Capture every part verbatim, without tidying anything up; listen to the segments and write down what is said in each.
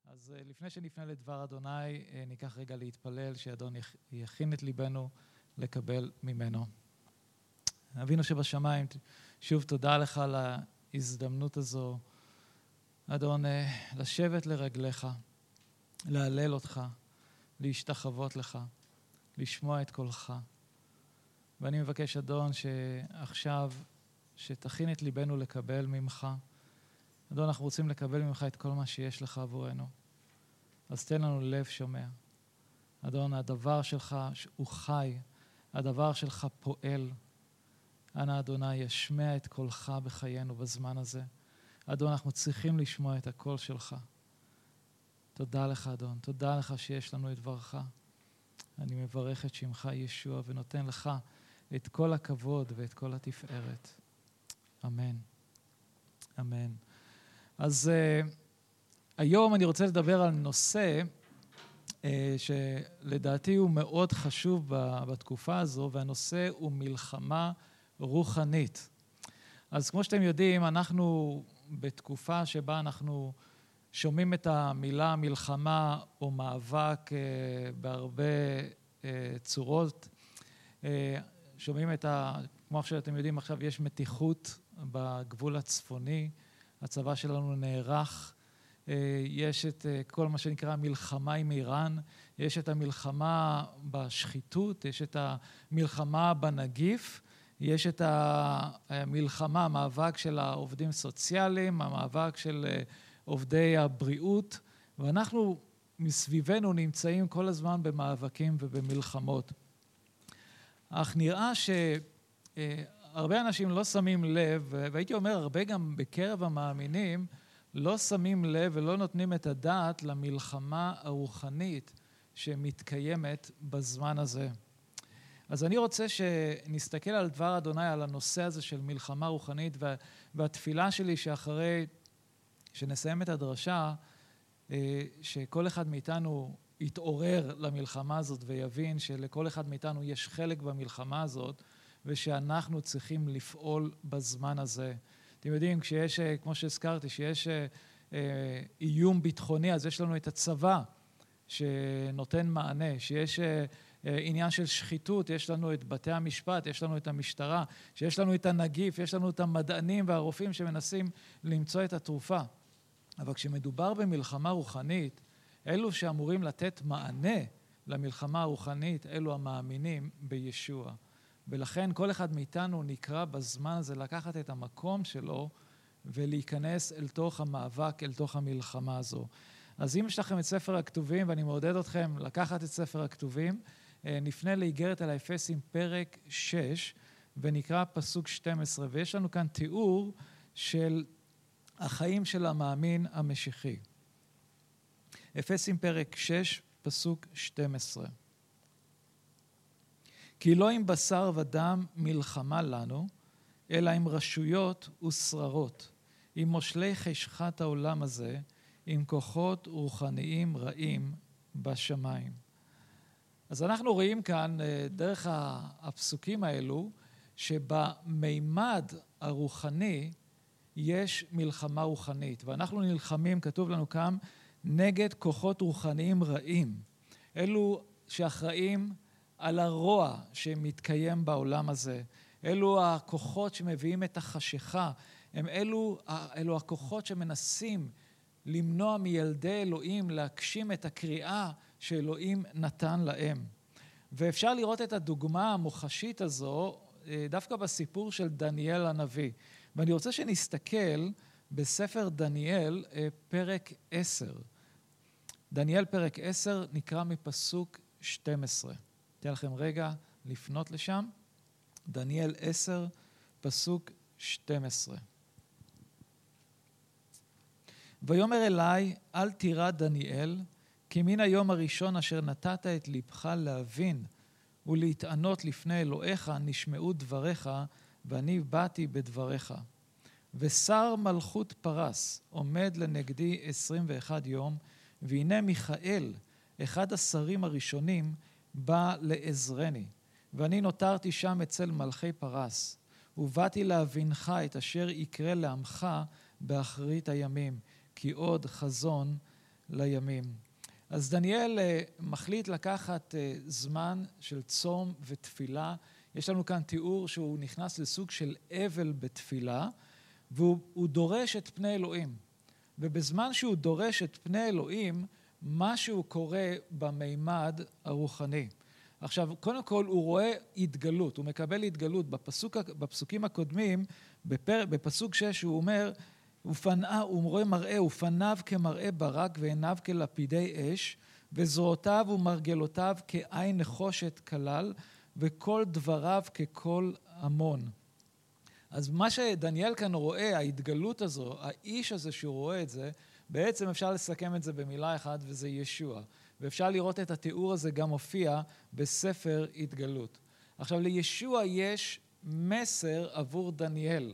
אז לפני שנפנה לדבר אדוני, ניקח רגע להתפלל שאדון יכין את ליבנו לקבל ממנו. אבינו שבשמיים, שוב תודה לך על ההזדמנות הזו, אדון, לשבת לרגליך, להלל אותך, להשתחוות לך, לשמוע את קולך. ואני מבקש, אדון, שעכשיו, שתכין את ליבנו לקבל ממך. אדון, אנחנו רוצים לקבל ממך את כל מה שיש לך עבורנו. אז תן לנו לב שומע. אדון, הדבר שלך הוא חי, הדבר שלך פועל. אנא אדוני, ישמע את קולך בחיינו בזמן הזה. אדון, אנחנו צריכים לשמוע את הקול שלך. תודה לך, אדון. תודה לך שיש לנו את דברך. אני מברך את שמך ישוע ונותן לך את כל הכבוד ואת כל התפארת. אמן. אמן. אז uh, היום אני רוצה לדבר על נושא uh, שלדעתי הוא מאוד חשוב בתקופה הזו, והנושא הוא מלחמה רוחנית. אז כמו שאתם יודעים, אנחנו בתקופה שבה אנחנו שומעים את המילה מלחמה או מאבק uh, בהרבה uh, צורות. Uh, שומעים את ה... כמו שאתם יודעים, עכשיו יש מתיחות בגבול הצפוני, הצבא שלנו נערך, יש את כל מה שנקרא מלחמה עם איראן, יש את המלחמה בשחיתות, יש את המלחמה בנגיף, יש את המלחמה, המאבק של העובדים סוציאליים, המאבק של עובדי הבריאות, ואנחנו מסביבנו נמצאים כל הזמן במאבקים ובמלחמות. אך נראה ש... הרבה אנשים לא שמים לב, והייתי אומר הרבה גם בקרב המאמינים, לא שמים לב ולא נותנים את הדעת למלחמה הרוחנית שמתקיימת בזמן הזה. אז אני רוצה שנסתכל על דבר אדוני, על הנושא הזה של מלחמה רוחנית, והתפילה שלי שאחרי שנסיים את הדרשה, שכל אחד מאיתנו יתעורר למלחמה הזאת ויבין שלכל אחד מאיתנו יש חלק במלחמה הזאת, ושאנחנו צריכים לפעול בזמן הזה. אתם יודעים, כשיש, כמו שהזכרתי, שיש איום ביטחוני, אז יש לנו את הצבא שנותן מענה, שיש עניין של שחיתות, יש לנו את בתי המשפט, יש לנו את המשטרה, שיש לנו את הנגיף, יש לנו את המדענים והרופאים שמנסים למצוא את התרופה. אבל כשמדובר במלחמה רוחנית, אלו שאמורים לתת מענה למלחמה הרוחנית, אלו המאמינים בישוע. ולכן כל אחד מאיתנו נקרא בזמן הזה לקחת את המקום שלו ולהיכנס אל תוך המאבק, אל תוך המלחמה הזו. אז אם יש לכם את ספר הכתובים, ואני מעודד אתכם לקחת את ספר הכתובים, נפנה לאיגרת על האפסים פרק שש, ונקרא פסוק שתים עשרה, ויש לנו כאן תיאור של החיים של המאמין המשיחי. אפסים פרק שש, פסוק שתים עשרה. כי לא עם בשר ודם מלחמה לנו, אלא עם רשויות ושררות, עם מושלי חשכת העולם הזה, עם כוחות רוחניים רעים בשמיים. אז אנחנו רואים כאן, דרך הפסוקים האלו, שבמימד הרוחני יש מלחמה רוחנית, ואנחנו נלחמים, כתוב לנו כאן, נגד כוחות רוחניים רעים. אלו שאחראים על הרוע שמתקיים בעולם הזה. אלו הכוחות שמביאים את החשיכה, הם אלו, אלו הכוחות שמנסים למנוע מילדי אלוהים להגשים את הקריאה שאלוהים נתן להם. ואפשר לראות את הדוגמה המוחשית הזו דווקא בסיפור של דניאל הנביא. ואני רוצה שנסתכל בספר דניאל פרק עשר. דניאל פרק עשר נקרא מפסוק שתים עשרה. אתן לכם רגע לפנות לשם. דניאל עשר, פסוק שתים עשרה. ויאמר אליי, אל תירא דניאל, כי מן היום הראשון אשר נתת את לבך להבין ולהתענות לפני אלוהיך, נשמעו דבריך, ואני באתי בדבריך. ושר מלכות פרס עומד לנגדי עשרים ואחד יום, והנה מיכאל, אחד השרים הראשונים, בא לעזרני, ואני נותרתי שם אצל מלכי פרס, ובאתי להבינך את אשר יקרה לעמך באחרית הימים, כי עוד חזון לימים. אז דניאל מחליט לקחת זמן של צום ותפילה. יש לנו כאן תיאור שהוא נכנס לסוג של אבל בתפילה, והוא דורש את פני אלוהים. ובזמן שהוא דורש את פני אלוהים, משהו קורה במימד הרוחני. עכשיו, קודם כל הוא רואה התגלות, הוא מקבל התגלות. בפסוק, בפסוקים הקודמים, בפר, בפסוק שש הוא אומר, ופנה, הוא רואה מראה, ופניו כמראה ברק ועיניו כלפידי אש, וזרועותיו ומרגלותיו כעין נחושת כלל, וכל דבריו ככל המון. אז מה שדניאל כאן רואה, ההתגלות הזו, האיש הזה שהוא רואה את זה, בעצם אפשר לסכם את זה במילה אחת, וזה ישוע. ואפשר לראות את התיאור הזה גם מופיע בספר התגלות. עכשיו, לישוע יש מסר עבור דניאל,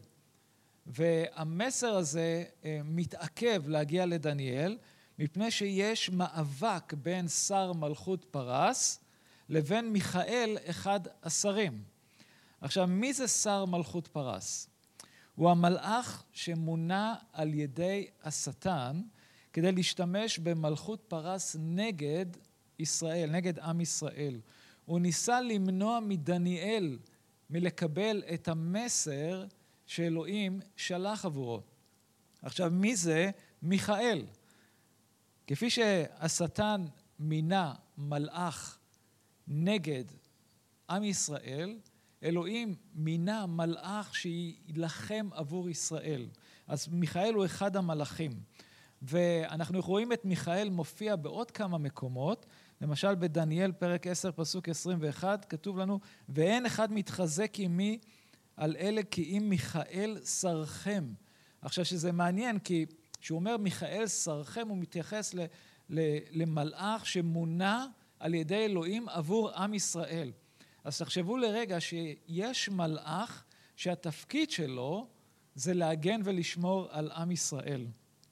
והמסר הזה מתעכב להגיע לדניאל, מפני שיש מאבק בין שר מלכות פרס לבין מיכאל אחד השרים. עכשיו, מי זה שר מלכות פרס? הוא המלאך שמונה על ידי השטן כדי להשתמש במלכות פרס נגד ישראל, נגד עם ישראל. הוא ניסה למנוע מדניאל מלקבל את המסר שאלוהים שלח עבורו. עכשיו, מי זה? מיכאל. כפי שהשטן מינה מלאך נגד עם ישראל, אלוהים מינה מלאך שילחם עבור ישראל. אז מיכאל הוא אחד המלאכים. ואנחנו רואים את מיכאל מופיע בעוד כמה מקומות, למשל בדניאל פרק עשר פסוק עשרים ואחת כתוב לנו, ואין אחד מתחזק עמי על אלה כי אם מיכאל שרכם. עכשיו שזה מעניין כי כשהוא אומר מיכאל שרכם הוא מתייחס ל, ל, למלאך שמונה על ידי אלוהים עבור עם ישראל. אז תחשבו לרגע שיש מלאך שהתפקיד שלו זה להגן ולשמור על עם ישראל.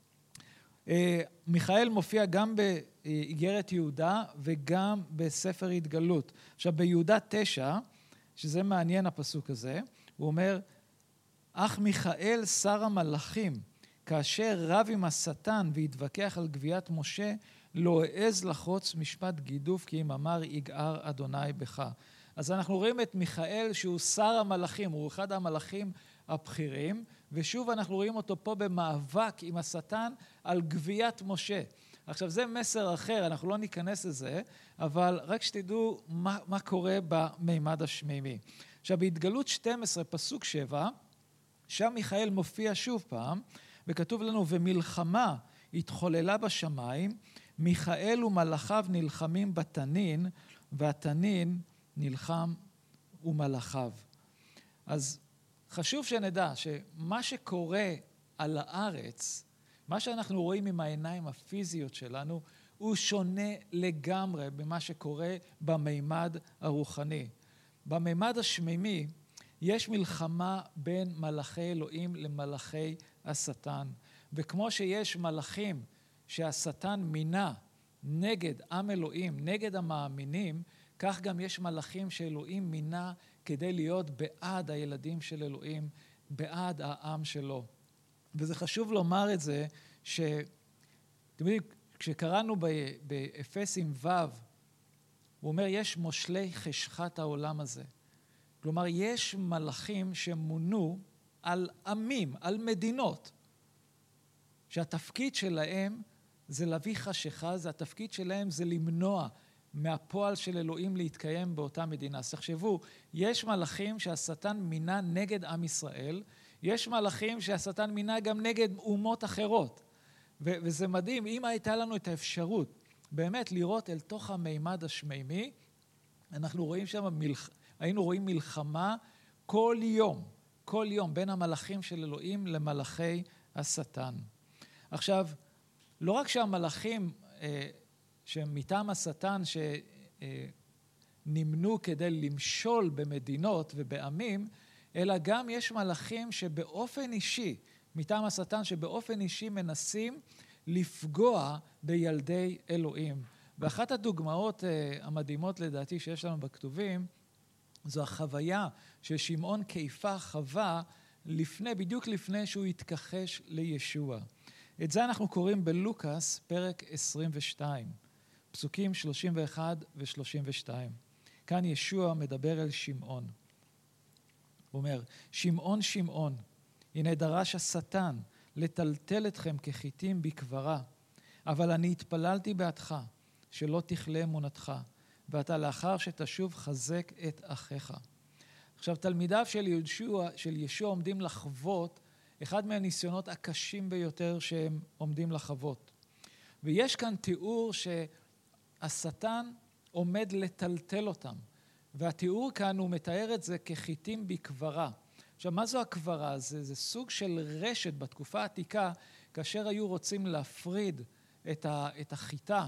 מיכאל מופיע גם באיגרת יהודה וגם בספר התגלות. עכשיו ביהודה תשע, שזה מעניין הפסוק הזה, הוא אומר, אך מיכאל שר המלאכים, כאשר רב עם השטן והתווכח על גביית משה, לא העז לחרוץ משפט גידוף, כי אם אמר יגער אדוני בך. אז אנחנו רואים את מיכאל שהוא שר המלאכים, הוא אחד המלאכים הבכירים, ושוב אנחנו רואים אותו פה במאבק עם השטן על גביית משה. עכשיו זה מסר אחר, אנחנו לא ניכנס לזה, אבל רק שתדעו מה, מה קורה במימד השמימי. עכשיו בהתגלות שתים עשרה פסוק שבע, שם מיכאל מופיע שוב פעם, וכתוב לנו, ומלחמה התחוללה בשמיים, מיכאל ומלאכיו נלחמים בתנין, והתנין נלחם ומלאכיו. אז חשוב שנדע שמה שקורה על הארץ, מה שאנחנו רואים עם העיניים הפיזיות שלנו, הוא שונה לגמרי במה שקורה במימד הרוחני. במימד השמימי יש מלחמה בין מלאכי אלוהים למלאכי השטן. וכמו שיש מלאכים שהשטן מינה נגד עם אלוהים, נגד המאמינים, כך גם יש מלאכים שאלוהים מינה כדי להיות בעד הילדים של אלוהים, בעד העם שלו. וזה חשוב לומר את זה, שאתם יודעים, כשקראנו באפסים ו', הוא אומר, יש מושלי חשכת העולם הזה. כלומר, יש מלאכים שמונו על עמים, על מדינות, שהתפקיד שלהם זה להביא חשיכה, זה התפקיד שלהם זה למנוע מהפועל של אלוהים להתקיים באותה מדינה. אז תחשבו, יש מלאכים שהשטן מינה נגד עם ישראל, יש מלאכים שהשטן מינה גם נגד אומות אחרות. ו- וזה מדהים, אם הייתה לנו את האפשרות באמת לראות אל תוך המימד השמימי, אנחנו רואים שם, מלח... היינו רואים מלחמה כל יום, כל יום, בין המלאכים של אלוהים למלאכי השטן. עכשיו, לא רק שהמלאכים אה, שמטעם השטן שנמנו כדי למשול במדינות ובעמים, אלא גם יש מלאכים שבאופן אישי, מטעם השטן שבאופן אישי מנסים לפגוע בילדי אלוהים. ואחת הדוגמאות המדהימות לדעתי שיש לנו בכתובים, זו החוויה ששמעון כיפה חווה לפני, בדיוק לפני שהוא התכחש לישוע. את זה אנחנו קוראים בלוקאס, פרק עשרים ושתיים, פסוקים שלושים ואחת ו-שלושים ושתיים. כאן ישוע מדבר אל שמעון. הוא אומר, שמעון, שמעון, הנה דרש השטן לטלטל אתכם כחיטים בקברה, אבל אני התפללתי בעדך, שלא תכלה אמונתך, ואתה לאחר שתשוב חזק את אחיך. עכשיו, תלמידיו של ישוע, של ישוע עומדים לחוות אחד מהניסיונות הקשים ביותר שהם עומדים לחוות. ויש כאן תיאור שהשטן עומד לטלטל אותם. והתיאור כאן הוא מתאר את זה כחיטים בקברה. עכשיו, מה זו הקברה? זה, זה סוג של רשת בתקופה העתיקה, כאשר היו רוצים להפריד את, ה, את החיטה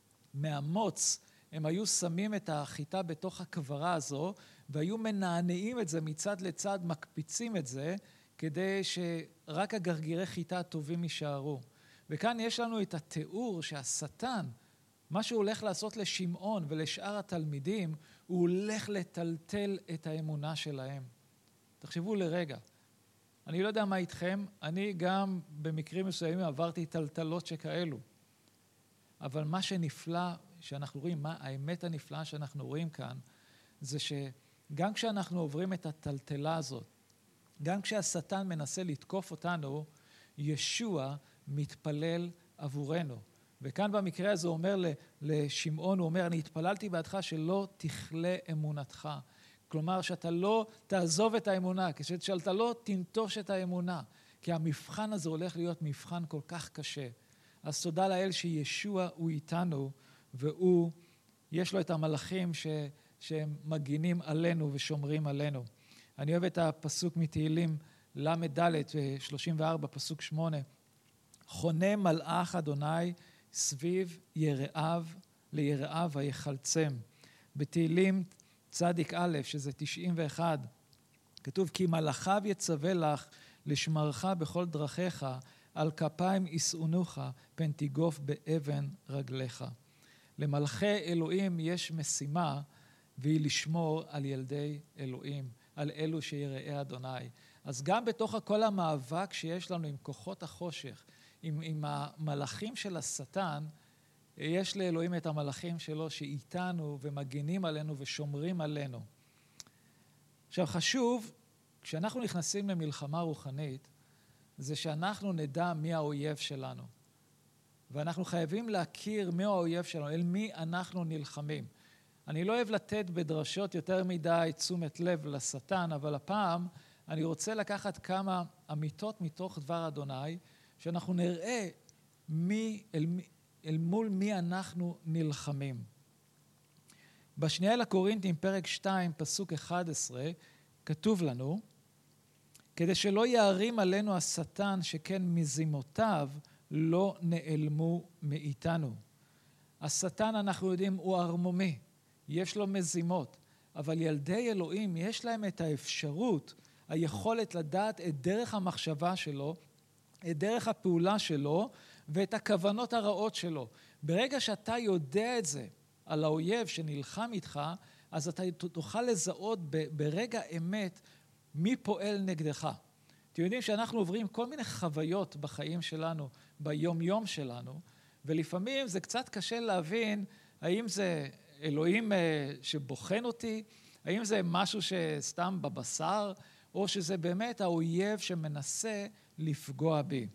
מהמוץ, הם היו שמים את החיטה בתוך הקברה הזו, והיו מנענעים את זה מצד לצד, מקפיצים את זה, כדי שרק הגרגירי חיטה הטובים יישארו. וכאן יש לנו את התיאור שהשטן, מה שהוא הולך לעשות לשמעון ולשאר התלמידים, הוא הולך לטלטל את האמונה שלהם. תחשבו לרגע. אני לא יודע מה איתכם, אני גם במקרים מסוימים עברתי טלטלות שכאלו. אבל מה שנפלא שאנחנו רואים, מה האמת הנפלאה שאנחנו רואים כאן, זה שגם כשאנחנו עוברים את הטלטלה הזאת, גם כשהשטן מנסה לתקוף אותנו, ישוע מתפלל עבורנו. וכאן במקרה הזה הוא אומר לשמעון, הוא אומר, אני התפללתי בעדך שלא תכלה אמונתך. כלומר, שאתה לא תעזוב את האמונה, שאתה לא תנטוש את האמונה, כי המבחן הזה הולך להיות מבחן כל כך קשה. אז תודה לאל שישוע הוא איתנו, והוא, יש לו את המלאכים ש, שהם מגינים עלינו ושומרים עלינו. אני אוהב את הפסוק מתהילים למד שלושים וארבע, פסוק שמונה. חונה מלאך אדוני סביב יראיו, ליראיו ויחלצם. בתהילים צדיק א', שזה תשעים ואחת, כתוב, כי מלאכיו יצווה לך לשמרך בכל דרכיך, על כפיים ישאונוך, פן תיגוף באבן רגליך. למלאכי אלוהים יש משימה, והיא לשמור על ילדי אלוהים, על אלו שיראי אדוני. אז גם בתוך כל המאבק שיש לנו עם כוחות החושך, עם, עם המלאכים של השטן, יש לאלוהים את המלאכים שלו שאיתנו ומגינים עלינו ושומרים עלינו. עכשיו חשוב, כשאנחנו נכנסים למלחמה רוחנית, זה שאנחנו נדע מי האויב שלנו. ואנחנו חייבים להכיר מי האויב שלנו, אל מי אנחנו נלחמים. אני לא אוהב לתת בדרשות יותר מדי תשומת לב לשטן, אבל הפעם אני רוצה לקחת כמה אמיתות מתוך דבר אדוני, שאנחנו נראה מי, אל, אל מול מי אנחנו נלחמים. בשנייה לקורינתים, פרק שתיים, פסוק אחד עשרה, כתוב לנו, כדי שלא יערים עלינו השטן, שכן מזימותיו לא נעלמו מאיתנו. השטן, אנחנו יודעים, הוא ערמומי, יש לו מזימות, אבל ילדי אלוהים יש להם את האפשרות, היכולת לדעת את דרך המחשבה שלו, את דרך הפעולה שלו ואת הכוונות הרעות שלו. ברגע שאתה יודע את זה על האויב שנלחם איתך, אז אתה תוכל לזהות ברגע אמת מי פועל נגדך. אתם יודעים שאנחנו עוברים כל מיני חוויות בחיים שלנו, ביום יום שלנו, ולפעמים זה קצת קשה להבין האם זה אלוהים שבוחן אותי, האם זה משהו שסתם בבשר, או שזה באמת האויב שמנסה לפגוע בי.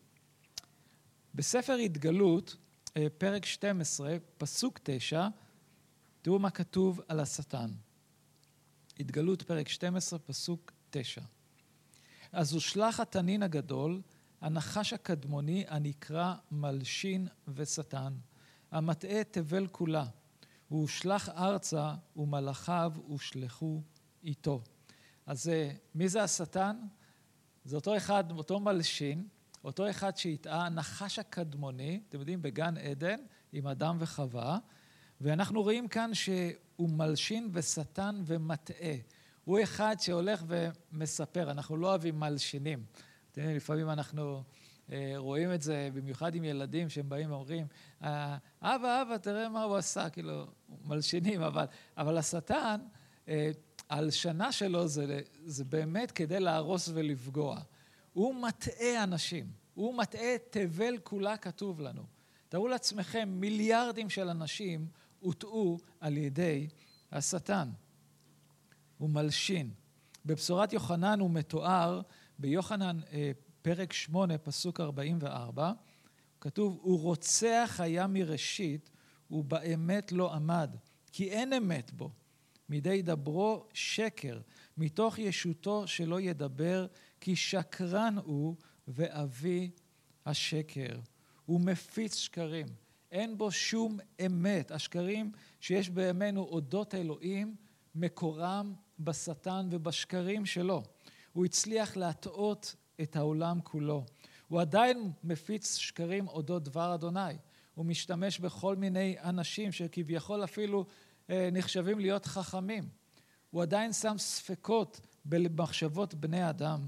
בספר התגלות, פרק שתים עשרה, פסוק תשע, תראו מה כתוב על השטן. התגלות פרק שתים עשרה, פסוק תשע. אז הושלך התנין הגדול, הנחש הקדמוני הנקרא מלשין ושטן, המטעה תבל כולה, הוא הושלך ארצה ומלאכיו הושלחו איתו. אז מי זה השטן? זה אותו אחד, אותו מלשין, אותו אחד שהטעה, הנחש הקדמוני, אתם יודעים, בגן עדן, עם אדם וחווה, ואנחנו רואים כאן שהוא מלשין ושטן ומטעה. הוא אחד שהולך ומספר, אנחנו לא אוהבים מלשינים. אתם יודעים, לפעמים אנחנו רואים את זה, במיוחד עם ילדים שהם באים ואומרים, אבא, אבא, תראה מה הוא עשה, כאילו, מלשינים, אבל, אבל השטן, ההלשנה שלו זה, זה באמת כדי להרוס ולפגוע. הוא מטעה אנשים. הוא מטעה תבל כולה, כתוב לנו. תראו לעצמכם, מיליארדים של אנשים הוטעו על ידי השטן. הוא מלשין. בבשורת יוחנן הוא מתואר, ביוחנן פרק שמונה, פסוק ארבעים וארבע, כתוב, הוא רוצח היה מראשית, ובאמת לא עמד, כי אין אמת בו. מדי דברו שקר, מתוך ישותו שלא ידבר, כי שקרן הוא ואבי השקר. הוא מפיץ שקרים, אין בו שום אמת. השקרים שיש בימינו אודות אלוהים, מקורם בשטן ובשקרים שלו. הוא הצליח להטעות את העולם כולו. הוא עדיין מפיץ שקרים אודות דבר אדוני. הוא משתמש בכל מיני אנשים שכביכול אפילו אה, נחשבים להיות חכמים. הוא עדיין שם ספקות במחשבות בני אדם.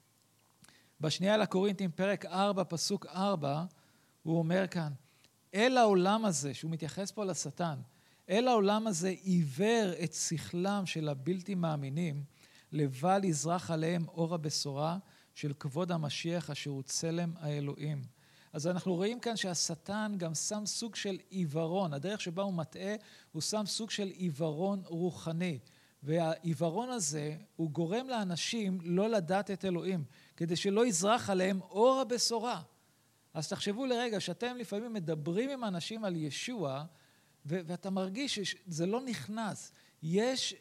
בשנייה לקורינתים, פרק ארבע, פסוק ארבע, הוא אומר כאן, אל העולם הזה, שהוא מתייחס פה לשטן, אל העולם הזה עיוור את שכלם של הבלתי מאמינים, לבל יזרח עליהם אור הבשורה של כבוד המשיח אשר הוא צלם האלוהים. אז אנחנו רואים כאן שהשטן גם שם סוג של עיוורון, הדרך שבה הוא מטעה, הוא שם סוג של עיוורון רוחני, והעיוורון הזה הוא גורם לאנשים לא לדעת את אלוהים, כדי שלא יזרח עליהם אור הבשורה. אז תחשבו לרגע שאתם לפעמים מדברים עם אנשים על ישוע, ו- ואתה מרגיש שזה לא נכנס. יש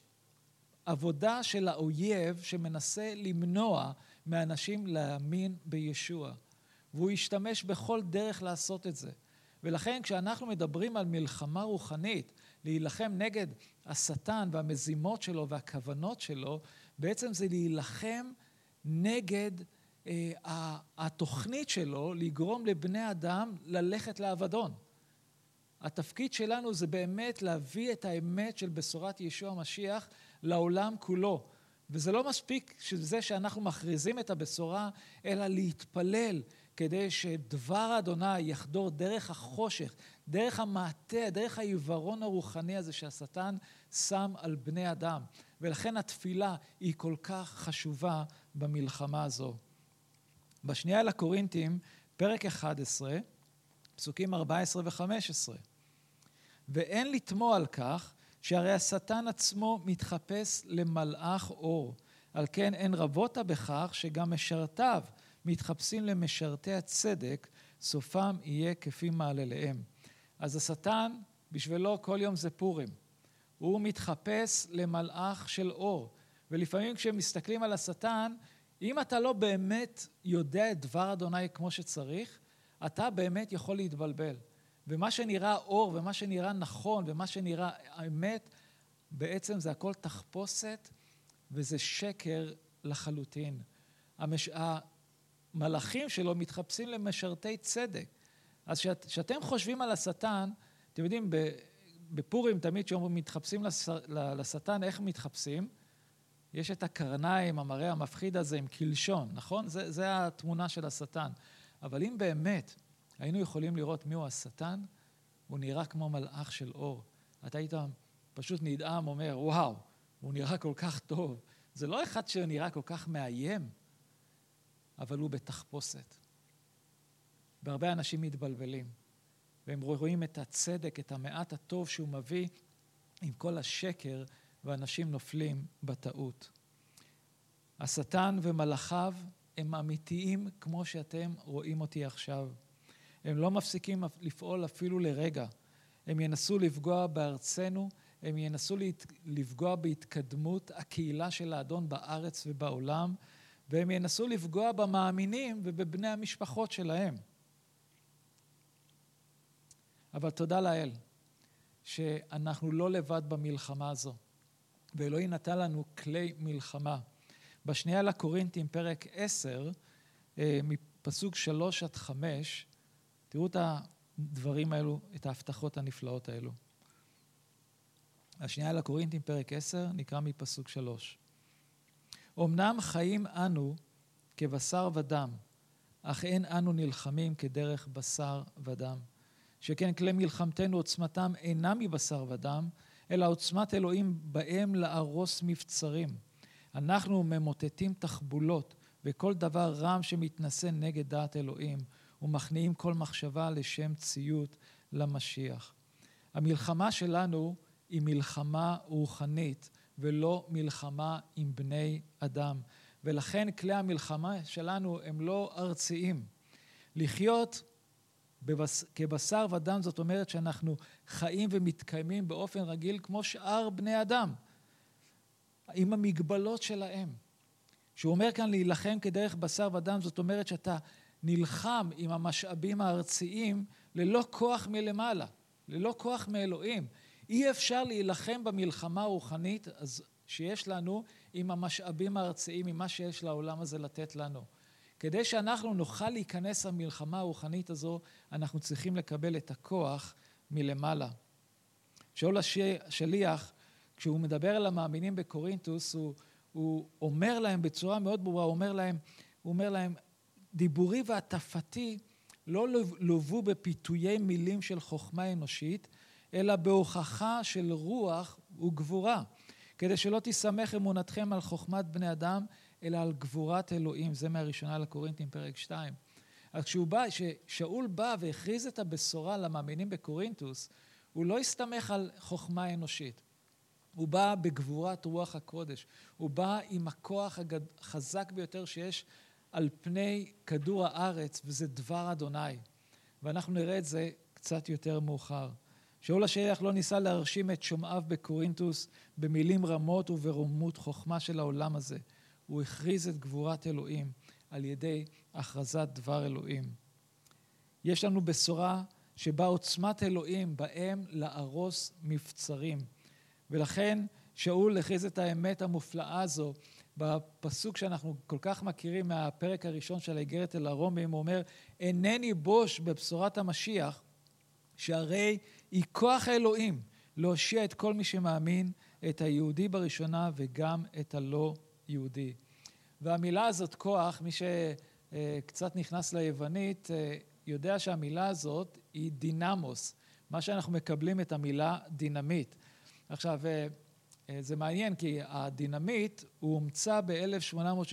עבודה של האויב שמנסה למנוע מאנשים להאמין בישוע. והוא ישתמש בכל דרך לעשות את זה. ולכן כשאנחנו מדברים על מלחמה רוחנית, להילחם נגד השטן והמזימות שלו והכוונות שלו, בעצם זה להילחם נגד אה, התוכנית שלו לגרום לבני אדם ללכת לאבדון. התפקיד שלנו זה באמת להביא את האמת של בשורת ישוע המשיח לעולם כולו. וזה לא מספיק שזה שאנחנו מכריזים את הבשורה, אלא להתפלל כדי שדבר אדוני יחדור דרך החושך, דרך המעטה, דרך העיוורון הרוחני הזה שהשטן שם על בני אדם. ולכן התפילה היא כל כך חשובה במלחמה הזו. בשנייה לקורינתים, פרק אחד עשרה, פסוקים ארבע עשרה וחמש עשרה. ואין לתמוע על כך, שהרי השטן עצמו מתחפש למלאך אור. על כן אין רבותה בכך שגם משרתיו מתחפשים למשרתי הצדק, סופם יהיה כפי מעלליהם. אז השטן, בשבילו כל יום זה פורים. הוא מתחפש למלאך של אור. ולפעמים כשמסתכלים על השטן, אם אתה לא באמת יודע את דבר אדוני כמו שצריך, אתה באמת יכול להתבלבל. ומה שנראה אור ומה שנראה נכון ומה שנראה האמת, בעצם זה הכל תחפושת וזה שקר לחלוטין. המש... המלאכים שלו מתחפשים למשרתי צדק. אז כשאתם חושבים על השטן, אתם יודעים, בפורים תמיד שאומרים מתחפשים לשטן, איך מתחפשים? יש את הקרניים, המראה המפחיד הזה עם קלשון, נכון? זה, זה התמונה של השטן. אבל אם באמת היינו יכולים לראות מיהו השטן, הוא נראה כמו מלאך של אור. אתה היית פשוט נדהם, אומר, וואו, הוא נראה כל כך טוב. זה לא אחד שנראה כל כך מאיים, אבל הוא בתחפושת. והרבה אנשים מתבלבלים, והם רואים את הצדק, את המעט הטוב שהוא מביא עם כל השקר, ואנשים נופלים בטעות. השטן ומלאכיו הם אמיתיים כמו שאתם רואים אותי עכשיו. הם לא מפסיקים לפעול אפילו לרגע. הם ינסו לפגוע בארצנו, הם ינסו לפגוע בהתקדמות הקהילה של האדון בארץ ובעולם, והם ינסו לפגוע במאמינים ובבני המשפחות שלהם. אבל תודה לאל, שאנחנו לא לבד במלחמה הזו, ואלוהים נתן לנו כלי מלחמה. בשנייה לקורינתים, פרק עשר, מפסוק שלוש עד חמש, תראו את הדברים האלו, את ההבטחות הנפלאות האלו. השנייה לקורינתים, פרק עשר, נקרא מפסוק שלוש. אמנם חיים אנו כבשר ודם, אך אין אנו נלחמים כדרך בשר ודם. שכן כלי מלחמתנו עוצמתם אינם מבשר ודם, אלא עוצמת אלוהים בהם להרוס מבצרים. אנחנו ממוטטים תחבולות וכל דבר רם שמתנשא נגד דעת אלוהים, ומכניעים כל מחשבה לשם ציות למשיח. המלחמה שלנו היא מלחמה רוחנית, ולא מלחמה עם בני אדם. ולכן כלי המלחמה שלנו הם לא ארציים. לחיות בבס... כבשר ודם זאת אומרת שאנחנו חיים ומתקיימים באופן רגיל כמו שאר בני אדם, עם המגבלות שלהם. שהוא אומר כאן להילחם כדרך בשר ודם, זאת אומרת שאתה נלחם עם המשאבים הארציים ללא כוח מלמעלה, ללא כוח מאלוהים. אי אפשר להילחם במלחמה הרוחנית שיש לנו עם המשאבים הארציים, עם מה שיש לעולם הזה לתת לנו. כדי שאנחנו נוכל להיכנס למלחמה הרוחנית הזו, אנחנו צריכים לקבל את הכוח מלמעלה. שאול השליח, כשהוא מדבר על המאמינים בקורינתוס, הוא, הוא אומר להם בצורה מאוד ברורה, הוא אומר להם, הוא אומר להם, דיבורי והטפתי לא לובו בפיתויי מילים של חוכמה אנושית, אלא בהוכחה של רוח וגבורה, כדי שלא תסמך אמונתכם על חוכמת בני אדם, אלא על גבורת אלוהים. זה מהראשונה לקורינתים פרק שתיים. אז כשהוא בא, כששאול בא והכריז את הבשורה למאמינים בקורינתוס, הוא לא הסתמך על חוכמה אנושית. הוא בא בגבורת רוח הקודש. הוא בא עם הכוח החזק ביותר שיש על פני כדור הארץ, וזה דבר אדוני. ואנחנו נראה את זה קצת יותר מאוחר. שאול השליח לא ניסה להרשים את שומעיו בקורינתוס במילים רמות וברוממות חוכמה של העולם הזה. הוא הכריז את גבורת אלוהים על ידי הכרזת דבר אלוהים. יש לנו בשורה שבה עוצמת אלוהים בהם להרוס מבצרים. ולכן שאול הכריז את האמת המופלאה הזו בפסוק שאנחנו כל כך מכירים מהפרק הראשון של האיגרת אל הרומים. הוא אומר, אינני בוש בבשורת המשיח, שהרי היא כוח האלוהים להושיע את כל מי שמאמין, את היהודי בראשונה וגם את הלא יהודי. והמילה הזאת כוח, מי שקצת נכנס ליוונית, יודע שהמילה הזאת היא דינמוס, מה שאנחנו מקבלים את המילה דינמיט. עכשיו, זה מעניין כי הדינמיט הוא הומצא ב-אלף שמונה מאות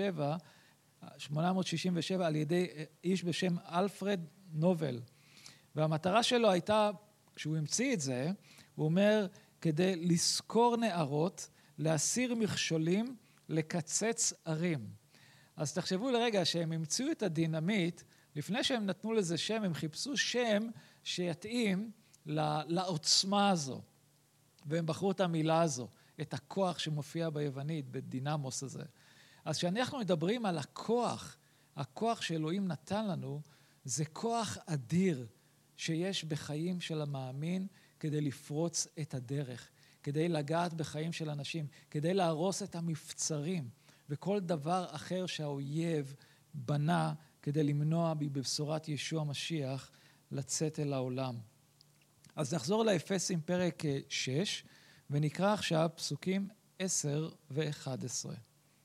שישים ושבע על ידי איש בשם אלפרד נובל. והמטרה שלו הייתה, כשהוא המציא את זה, הוא אומר, כדי לסקור נערות, להסיר מכשולים, לקצץ ערים. אז תחשבו לרגע שהם המציאו את הדינמיט, לפני שהם נתנו לזה שם, הם חיפשו שם שיתאים לעוצמה הזו. והם בחרו את המילה הזו, את הכוח שמופיע ביוונית, בדינמוס הזה. אז כשאנחנו מדברים על הכוח, הכוח שאלוהים נתן לנו, זה כוח אדיר שיש בחיים של המאמין כדי לפרוץ את הדרך, כדי לגעת בחיים של אנשים, כדי להרוס את המבצרים, וכל דבר אחר שהאויב בנה כדי למנוע בבשורת ישוע המשיח לצאת אל העולם. אז נחזור לאפסים פרק שש, ונקרא עכשיו פסוקים עשר ואחד עשרה.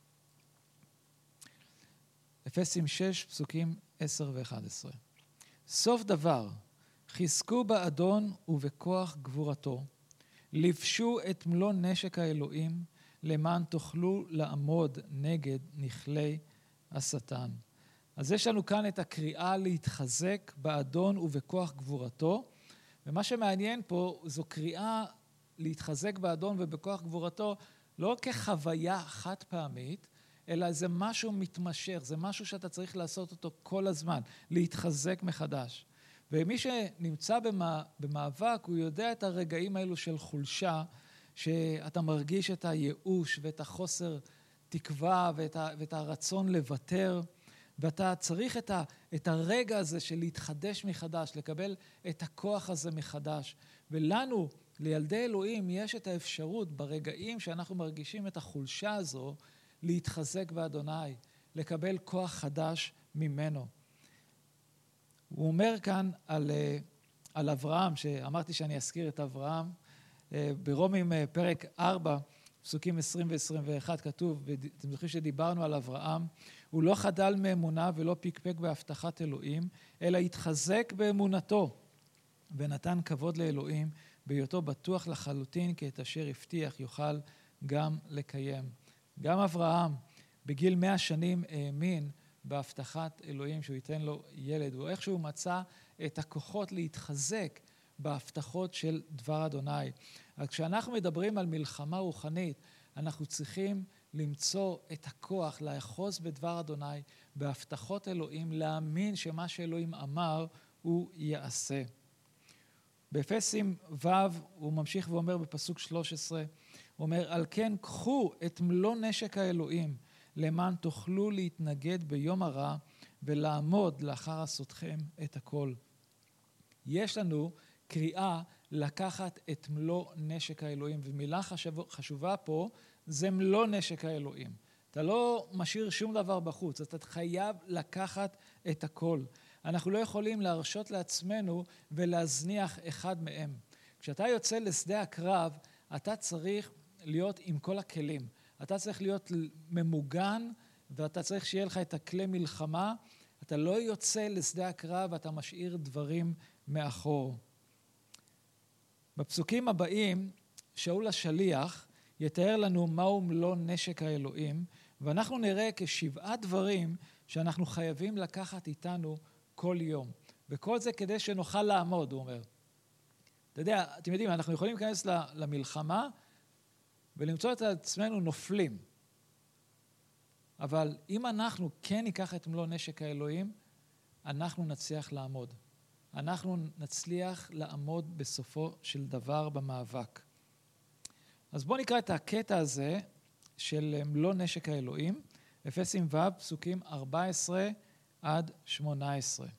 אפסים שש, פסוקים עשר ואחד עשרה. סוף דבר, חזקו באדון ובכוח גבורתו, לבשו את מלוא נשק האלוהים, למען תוכלו לעמוד נגד נכלי השטן. אז יש לנו כאן את הקריאה להתחזק באדון ובכוח גבורתו, ומה שמעניין פה זו קריאה להתחזק באדון ובכוח גבורתו, לא כחוויה חד פעמית, אלא זה משהו מתמשך, זה משהו שאתה צריך לעשות אותו כל הזמן, להתחזק מחדש. ומי שנמצא במאבק, הוא יודע את הרגעים האלו של חולשה, שאתה מרגיש את הייאוש ואת החוסר תקווה ואת, ה, ואת הרצון לוותר, ואתה צריך את, ה, את הרגע הזה של להתחדש מחדש, לקבל את הכוח הזה מחדש. ולנו, לילדי אלוהים, יש את האפשרות ברגעים שאנחנו מרגישים את החולשה הזו, להתחזק באדוני, לקבל כוח חדש ממנו. הוא אומר כאן על, על אברהם, שאמרתי שאני אזכיר את אברהם, ברומים פרק ארבע, פסוקים עשרים ועשרים ואחת כתוב, ואתם זוכרים שדיברנו על אברהם, הוא לא חדל מאמונה ולא פקפק בהבטחת אלוהים, אלא התחזק באמונתו, ונתן כבוד לאלוהים, בהיותו בטוח לחלוטין, כי את אשר הבטיח יוכל גם לקיים. גם אברהם, בגיל מאה שנים האמין בהבטחת אלוהים שהוא ייתן לו ילד, הוא איכשהו מצא את הכוחות להתחזק בהבטחות של דבר אדוני. אז כשאנחנו מדברים על מלחמה רוחנית, אנחנו צריכים למצוא את הכוח, לאחוז בדבר אדוני, בהבטחות אלוהים, להאמין שמה שאלוהים אמר הוא יעשה. באפסים ו' הוא ממשיך ואומר בפסוק שלוש עשרה, הוא אומר, על כן קחו את מלוא נשק האלוהים, למען תוכלו להתנגד ביום הרע, ולעמוד לאחר עשותכם את הכל. יש לנו קריאה לקחת את מלוא נשק האלוהים, ומילה חשובה פה, זה מלוא נשק האלוהים. אתה לא משאיר שום דבר בחוץ, אתה חייב לקחת את הכל. אנחנו לא יכולים להרשות לעצמנו ולהזניח אחד מהם. כשאתה יוצא לשדה הקרב, אתה צריך להיות עם כל הכלים. אתה צריך להיות ממוגן, ואתה צריך שיהיה לך את הכלי מלחמה. אתה לא יוצא לשדה הקרב, אתה משאיר דברים מאחור. בפסוקים הבאים, שאול השליח יתאר לנו מהו מלוא נשק האלוהים, ואנחנו נראה כשבעה דברים שאנחנו חייבים לקחת איתנו כל יום. וכל זה כדי שנוכל לעמוד, הוא אומר. אתה יודע, אתם יודעים, אנחנו יכולים להיכנס למלחמה ולמצוא את עצמנו נופלים. אבל אם אנחנו כן ניקח את מלוא נשק האלוהים, אנחנו נצליח לעמוד. אנחנו נצליח לעמוד בסופו של דבר במאבק. אז בואו נקרא את הקטע הזה של מלוא נשק האלוהים, אפסים ו' פסוקים ארבע עשרה עד שמונה עשרה.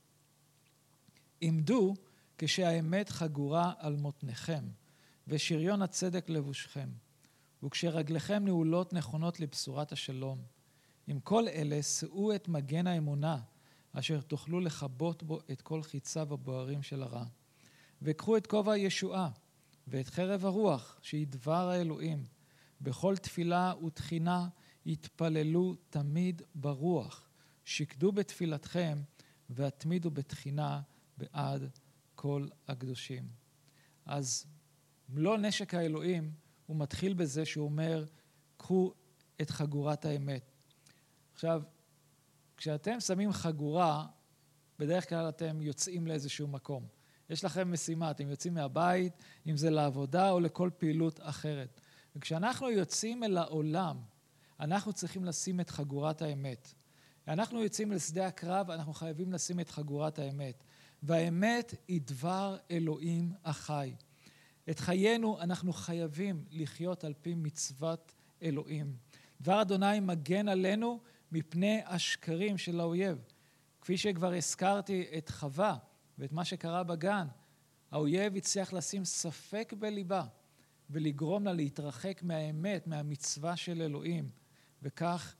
עמדו כשהאמת חגורה על מותניכם, ושריון הצדק לבושכם, וכשרגליכם נעולות נכונות לבשורת השלום. עם כל אלה שאו את מגן האמונה, אשר תוכלו לחבות בו את כל חיציו הבוערים של הרע. וקחו את כובע הישועה, ואת חרב הרוח, שהיא דבר האלוהים. בכל תפילה ותחינה יתפללו תמיד ברוח. שקדו בתפילתכם, והתמידו בתחינה בעד כל הקדושים. אז מלוא נשק האלוהים, הוא מתחיל בזה שהוא אומר, קחו את חגורת האמת. עכשיו, כשאתם שמים חגורה, בדרך כלל אתם יוצאים לאיזשהו מקום. יש לכם משימה, אתם יוצאים מהבית, אם זה לעבודה או לכל פעילות אחרת. וכשאנחנו יוצאים אל העולם, אנחנו צריכים לשים את חגורת האמת. אנחנו יוצאים לשדה הקרב, אנחנו חייבים לשים את חגורת האמת. והאמת היא דבר אלוהים החי. את חיינו אנחנו חייבים לחיות על פי מצוות אלוהים. דבר אדוני מגן עלינו מפני השקרים של האויב. כפי שכבר הזכרתי את חווה ואת מה שקרה בגן, האויב הצליח לשים ספק בליבה ולגרום לה להתרחק מהאמת, מהמצווה של אלוהים. וכך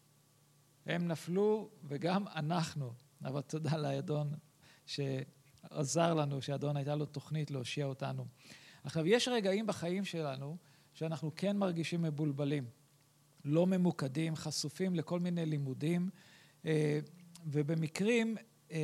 הם נפלו וגם אנחנו. אבל תודה לאדון שעזר לנו, שאדון הייתה לו תוכנית להושיע אותנו. עכשיו, יש רגעים בחיים שלנו שאנחנו כן מרגישים מבולבלים, לא ממוקדים, חשופים לכל מיני לימודים, ובמקרים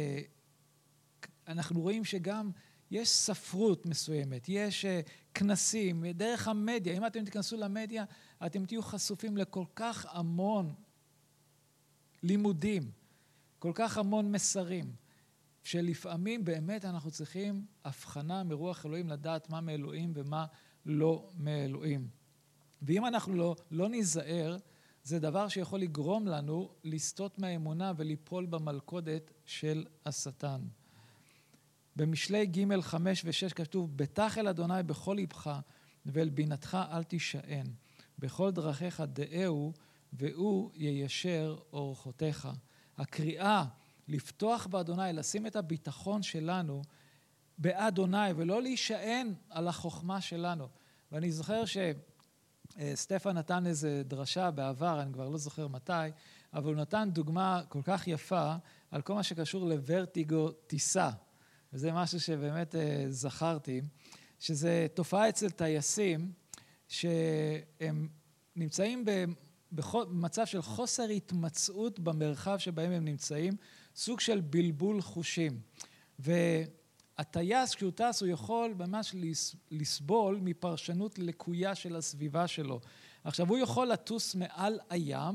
אנחנו רואים שגם יש ספרות מסוימת, יש כנסים, דרך המדיה. אם אתם תיכנסו למדיה, אתם תהיו חשופים לכל כך המון לימודים, כל כך המון מסרים, שלפעמים באמת אנחנו צריכים הבחנה מרוח אלוהים, לדעת מה מאלוהים ומה לא מאלוהים. ואם אנחנו לא, לא ניזהר, זה דבר שיכול לגרום לנו לסטות מהאמונה וליפול במלכודת של השטן. במשלי ג' חמש ושש כתוב, בטח אל אדוני בכל לבך ואל בינתך אל תישען, בכל דרכיך דעהו והוא יישר אורחותיך. הקריאה לפתוח באדוני, לשים את הביטחון שלנו באדוני ולא להישען על החוכמה שלנו. ואני זוכר שסטפן נתן איזה דרשה בעבר, אני כבר לא זוכר מתי, אבל הוא נתן דוגמה כל כך יפה על כל מה שקשור לוורטיגו טיסה. וזה משהו שבאמת זכרתי, שזה תופעה אצל טייסים שהם נמצאים במצב של חוסר התמצאות במרחב שבהם הם נמצאים, סוג של בלבול חושים. והטייס כשהוא טס הוא יכול ממש לסבול מפרשנות לקויה של הסביבה שלו. עכשיו הוא יכול לטוס מעל הים,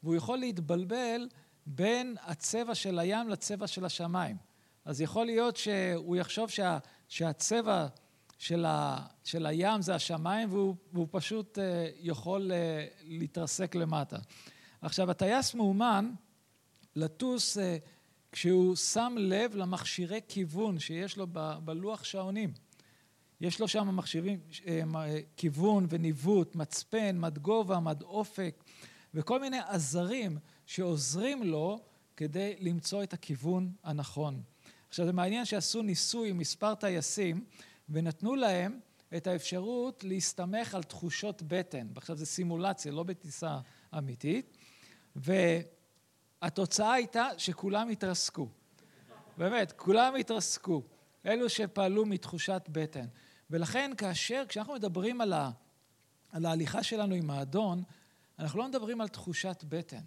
והוא יכול להתבלבל בין הצבע של הים לצבע של השמיים. אז יכול להיות שהוא יחשוב שה, שהצבע של, ה, של הים זה השמיים, והוא, והוא פשוט יכול להתרסק למטה. עכשיו, הטייס מאומן לטוס כשהוא שם לב למכשירי כיוון שיש לו בלוח שעונים. יש לו שם מכשירים, כיוון וניווט, מצפן, מד גובה, מד אופק, וכל מיני עזרים שעוזרים לו כדי למצוא את הכיוון הנכון. עכשיו, זה מעניין שעשו ניסוי עם מספר טייסים, ונתנו להם את האפשרות להסתמך על תחושות בטן. עכשיו, זה סימולציה, לא בטיסה אמיתית, והתוצאה הייתה שכולם התרסקו. באמת, כולם התרסקו. אלו שפעלו מתחושת בטן. ולכן, כאשר, כשאנחנו מדברים על, ה, על ההליכה שלנו עם האדון, אנחנו לא מדברים על תחושת בטן.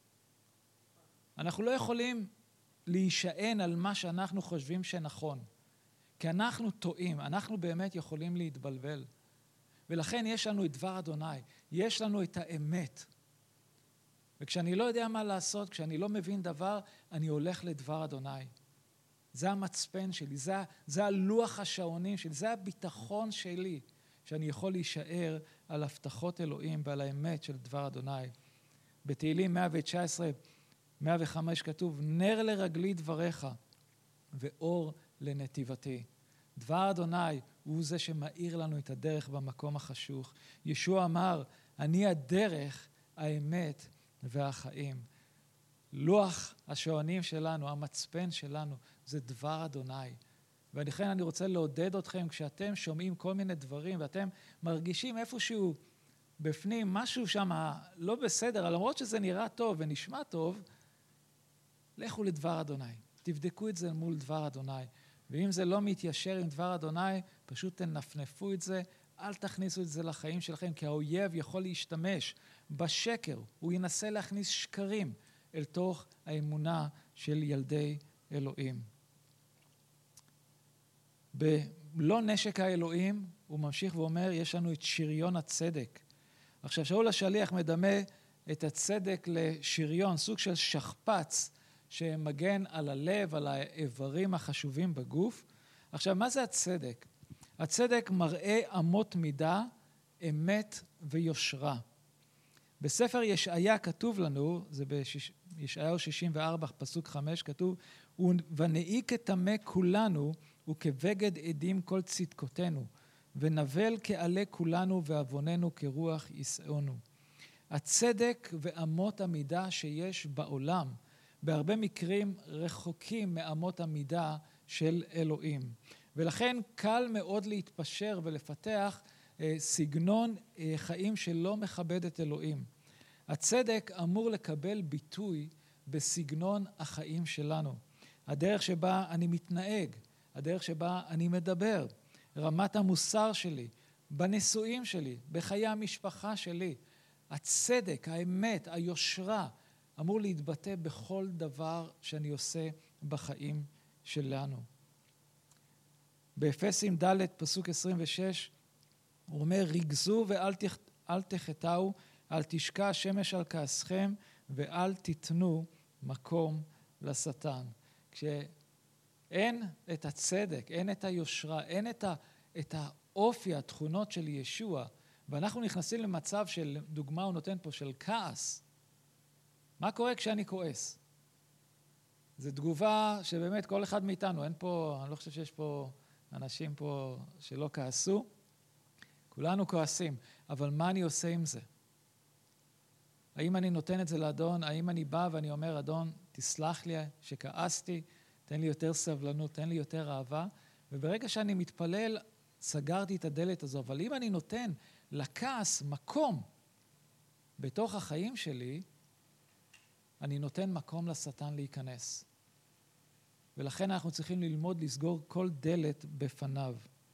אנחנו לא יכולים להישען על מה שאנחנו חושבים שנכון. כי אנחנו טועים, אנחנו באמת יכולים להתבלבל. ולכן יש לנו את דבר אדוני, יש לנו את האמת. וכשאני לא יודע מה לעשות, כשאני לא מבין דבר, אני הולך לדבר אדוני. זה המצפן שלי, זה, זה הלוח השעונים שלי, זה הביטחון שלי, שאני יכול להישאר על הבטחות אלוהים ועל האמת של דבר אדוני. בתהילים מאה תשע עשרה, מאה וחמש כתוב, נר לרגלי דבריך ואור לנתיבתי. דבר אדוני הוא זה שמאיר לנו את הדרך במקום החשוך. ישוע אמר, אני הדרך, האמת והחיים. לוח השעונים שלנו, המצפן שלנו, זה דבר אדוני. ולכן אני רוצה לעודד אתכם, כשאתם שומעים כל מיני דברים, ואתם מרגישים איפשהו בפנים, משהו שם לא בסדר, למרות שזה נראה טוב ונשמע טוב, לכו לדבר אדוני. תבדקו את זה מול דבר אדוני. ואם זה לא מתיישר עם דבר אדוני, פשוט תנפנפו את זה, אל תכניסו את זה לחיים שלכם, כי האויב יכול להשתמש בשקר, הוא ינסה להכניס שקרים אל תוך האמונה של ילדי אלוהים. בלא נשק האלוהים, הוא ממשיך ואומר, יש לנו את שריון הצדק. עכשיו, שאול השליח מדמה את הצדק לשריון, סוג של שכפ"ץ, שמגן על הלב, על האיברים החשובים בגוף. עכשיו, מה זה הצדק? הצדק מראה אמות מידה, אמת ויושרה. בספר ישעיה כתוב לנו, זה בישעיה שישים וארבע, פסוק חמש, כתוב, ונעיק את טמא כולנו, וכבגד עדים כל צדקותינו, ונבל כעלה כולנו, ועווננו כרוח יסענו. הצדק ואמות המידה שיש בעולם, בהרבה מקרים רחוקים מאמות המידה של אלוהים. ולכן קל מאוד להתפשר ולפתח אה, סגנון אה, חיים שלא מכבד את אלוהים. הצדק אמור לקבל ביטוי בסגנון החיים שלנו. הדרך שבה אני מתנהג, הדרך שבה אני מדבר, רמת המוסר שלי, בנישואים שלי, בחיי המשפחה שלי. הצדק, האמת, היושרה, אמור להתבטא בכל דבר שאני עושה בחיים שלנו. באפסים ד' פסוק עשרים ושש, הוא אומר, ריגזו ואל תח... אל תחטאו, אל תשקע השמש על כעסכם, ואל תיתנו מקום לשטן. כשאין את הצדק, אין את היושרה, אין את, ה... את האופי, התכונות של ישוע, ואנחנו נכנסים למצב של, דוגמה הוא נותן פה, של כעס, מה קורה כשאני כועס? זו תגובה שבאמת כל אחד מאיתנו, אין פה, אני לא חושב שיש פה אנשים פה שלא כעסו, כולנו כועסים, אבל מה אני עושה עם זה? האם אני נותן את זה לאדון? האם אני בא ואני אומר, אדון, תסלח לי שכעסתי, תן לי יותר סבלנות, תן לי יותר אהבה, וברגע שאני מתפלל, סגרתי את הדלת הזו, אבל אם אני נותן לכעס מקום בתוך החיים שלי, אני נותן מקום לשטן להיכנס. ולכן אנחנו צריכים ללמוד לסגור כל דלת בפניו.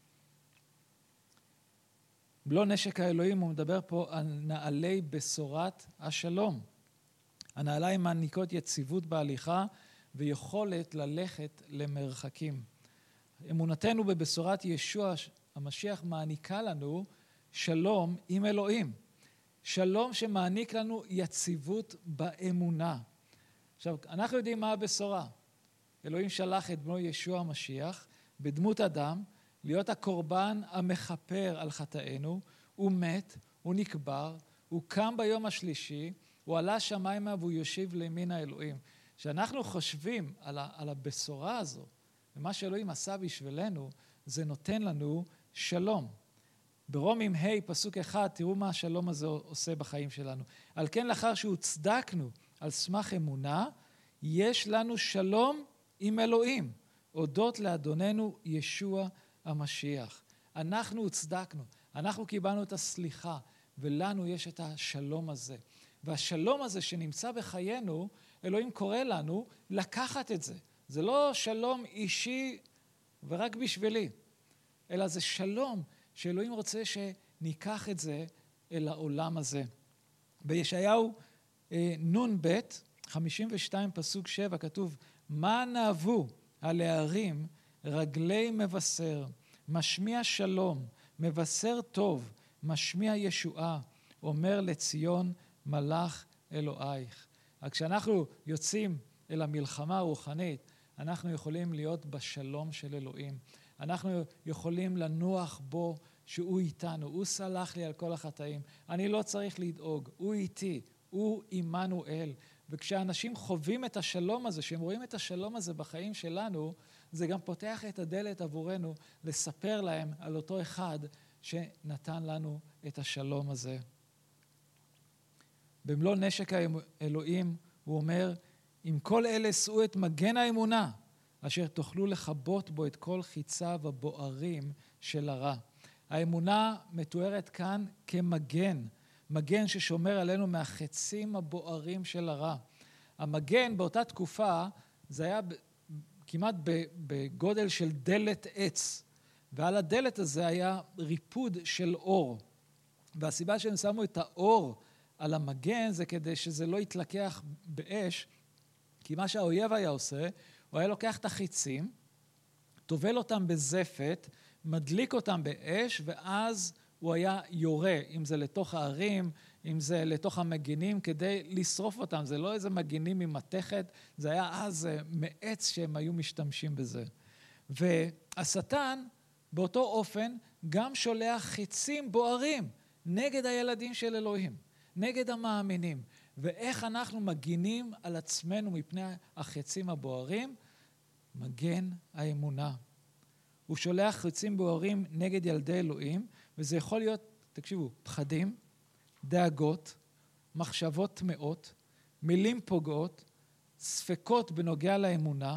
בלא נשק האלוהים הוא מדבר פה על נעלי בשורת השלום. הנעליים מעניקות יציבות בהליכה ויכולת ללכת למרחקים. אמונתנו בבשורת ישוע המשיח מעניקה לנו שלום עם אלוהים. שלום שמעניק לנו יציבות באמונה. עכשיו, אנחנו יודעים מה הבשורה. אלוהים שלח את בנו ישוע המשיח בדמות אדם, להיות הקורבן המכפר על חטאינו. הוא מת, הוא נקבר, הוא קם ביום השלישי, הוא עלה שמיימה והוא יושב לימין האלוהים. כשאנחנו חושבים על, ה, על הבשורה הזו, ומה שאלוהים עשה בשבילנו, זה נותן לנו שלום. ברומים ה' פסוק אחד, תראו מה השלום הזה עושה בחיים שלנו. על כן לאחר שהוצדקנו על סמך אמונה, יש לנו שלום עם אלוהים, הודות לאדוננו ישוע המשיח. אנחנו הוצדקנו, אנחנו קיבלנו את הסליחה, ולנו יש את השלום הזה. והשלום הזה שנמצא בחיינו, אלוהים קורא לנו לקחת את זה. זה לא שלום אישי ורק בשבילי, אלא זה שלום שאלוהים רוצה שניקח את זה אל העולם הזה. בישעיהו נון ב' חמישים ושתיים פסוק שבע כתוב, מה נאבו הלהרים רגלי מבשר, משמיע שלום, מבשר טוב, משמיע ישועה, אומר לציון מלך אלוהיך. כשאנחנו יוצאים אל המלחמה הרוחנית, אנחנו יכולים להיות בשלום של אלוהים. אנחנו יכולים לנוח בו שהוא איתנו, הוא סלח לי על כל החטאים. אני לא צריך לדאוג, הוא איתי, הוא עמנואל. וכשאנשים חווים את השלום הזה, שהם רואים את השלום הזה בחיים שלנו, זה גם פותח את הדלת עבורנו לספר להם על אותו אחד שנתן לנו את השלום הזה. במלוא נשק האלוהים הוא אומר, עם כל אלה שאו את מגן האמונה, אשר תוכלו לחבות בו את כל חיציו הבוערים של הרע. האמונה מתוארת כאן כמגן, מגן ששומר עלינו מהחצים הבוערים של הרע. המגן באותה תקופה זה היה כמעט בגודל של דלת עץ, ועל הדלת הזה היה ריפוד של אור. והסיבה שהם שמו את האור על המגן זה כדי שזה לא יתלקח באש, כי מה שהאויב היה עושה, הוא היה לוקח את החיצים, טובל אותם בזפת, מדליק אותם באש, ואז הוא היה יורה, אם זה לתוך הערים, אם זה לתוך המגינים, כדי לשרוף אותם. זה לא איזה מגינים ממתכת, זה היה אז מעץ שהם היו משתמשים בזה. והשטן, באותו אופן, גם שולח חיצים בוערים נגד הילדים של אלוהים, נגד המאמינים. ואיך אנחנו מגינים על עצמנו מפני החיצים הבוערים? מגן האמונה. הוא שולח חיצים בוערים נגד ילדי אלוהים, וזה יכול להיות, תקשיבו, פחדים, דאגות, מחשבות טמאות, מילים פוגעות, ספקות בנוגע לאמונה,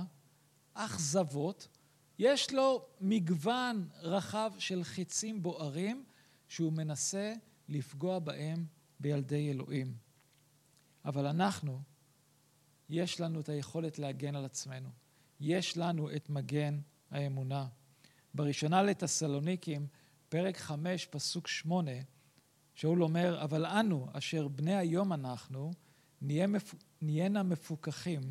אכזבות. יש לו מגוון רחב של חיצים בוערים שהוא מנסה לפגוע בהם בילדי אלוהים. אבל אנחנו, יש לנו את היכולת להגן על עצמנו. יש לנו את מגן האמונה. בראשונה לתסלוניקים, פרק חמש, פסוק שמונה, שאול אומר, אבל אנו, אשר בני היום אנחנו, נהיה מפ... נהיינה מפוקחים,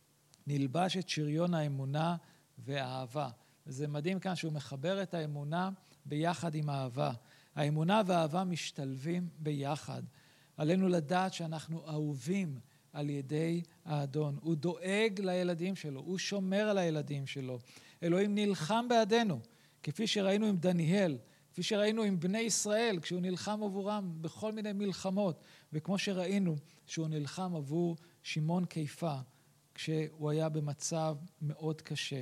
נלבש את שריון האמונה והאהבה. וזה מדהים כאן שהוא מחבר את האמונה ביחד עם האהבה. האמונה והאהבה משתלבים ביחד. עלינו לדעת שאנחנו אהובים על ידי האדון. הוא דואג לילדים שלו, הוא שומר על הילדים שלו. אלוהים נלחם בעדנו, כפי שראינו עם דניאל, כפי שראינו עם בני ישראל, כשהוא נלחם עבורם בכל מיני מלחמות, וכמו שראינו שהוא נלחם עבור שמעון קיפה, כשהוא היה במצב מאוד קשה.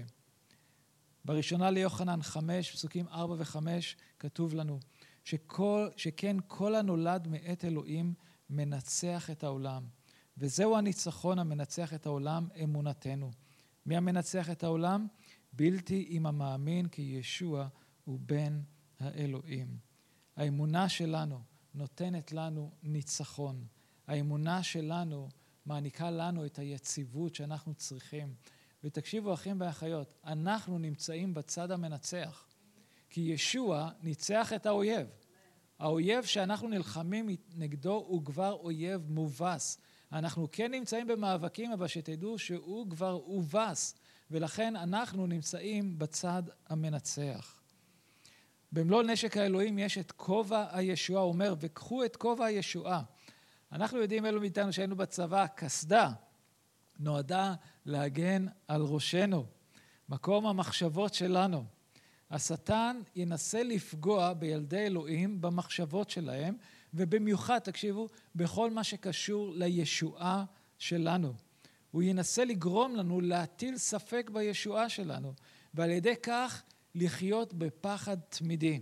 בראשונה ליוחנן חמש, פסוקים ארבע וחמש, כתוב לנו, שכל, שכן כל הנולד מאת אלוהים מנצח את העולם. וזהו הניצחון המנצח את העולם, אמונתנו. מי המנצח את העולם? בלתי אם המאמין כי ישוע הוא בן האלוהים. האמונה שלנו נותנת לנו ניצחון. האמונה שלנו מעניקה לנו את היציבות שאנחנו צריכים. ותקשיבו אחים ואחיות, אנחנו נמצאים בצד המנצח. כי ישוע ניצח את האויב. האויב שאנחנו נלחמים נגדו הוא כבר אויב מובס. אנחנו כן נמצאים במאבקים, אבל שתדעו שהוא כבר הובס. ולכן אנחנו נמצאים בצד המנצח. במלוא נשק האלוהים יש את כובע הישועה, הוא אומר, וקחו את כובע הישועה. אנחנו יודעים אלו מאיתנו שהיינו בצבא, הקסדה נועדה להגן על ראשנו, מקום המחשבות שלנו. השטן ינסה לפגוע בילדי אלוהים במחשבות שלהם, ובמיוחד, תקשיבו, בכל מה שקשור לישועה שלנו. הוא ינסה לגרום לנו להטיל ספק בישועה שלנו, ועל ידי כך לחיות בפחד תמידי.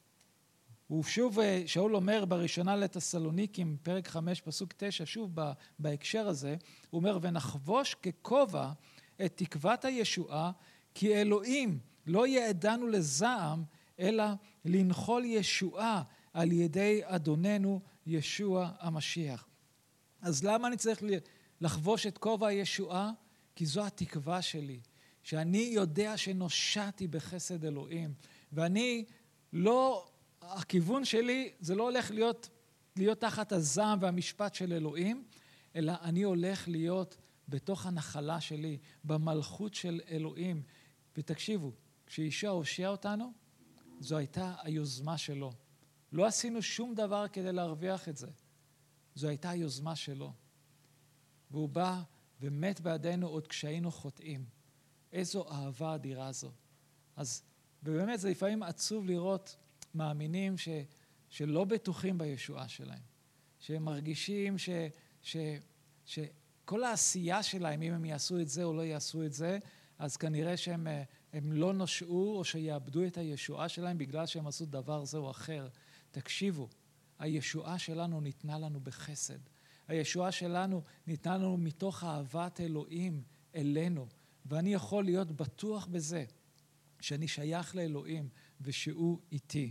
ושוב שאול אומר בראשונה לתסלוניקים, פרק חמש, פסוק תשע, שוב בהקשר הזה, הוא אומר, ונחבוש ככובע את תקוות הישועה, כי אלוהים לא יעדנו לזעם, אלא לנחול ישועה על ידי אדוננו ישוע המשיח. אז למה אני צריך לחבוש את כובע הישועה? כי זו התקווה שלי, שאני יודע שנושעתי בחסד אלוהים, ואני לא, הכיוון שלי זה לא הולך להיות, להיות תחת הזעם והמשפט של אלוהים, אלא אני הולך להיות בתוך הנחלה שלי, במלכות של אלוהים. ותקשיבו, כשישוע הושיע אותנו, זו הייתה היוזמה שלו. לא עשינו שום דבר כדי להרוויח את זה. זו הייתה היוזמה שלו. והוא בא ומת בעדנו עוד כשהיינו חוטאים. איזו אהבה אדירה זו. אז באמת זה לפעמים עצוב לראות מאמינים ש, שלא בטוחים בישועה שלהם. שהם מרגישים ש, ש, שכל העשייה שלהם, אם הם יעשו את זה או לא יעשו את זה, אז כנראה שהם הם לא נושעו או שיאבדו את הישועה שלהם בגלל שהם עשו דבר זה או אחר. תקשיבו, הישועה שלנו ניתנה לנו בחסד. הישועה שלנו ניתנה לנו מתוך אהבת אלוהים אלינו. ואני יכול להיות בטוח בזה שאני שייך לאלוהים ושהוא איתי.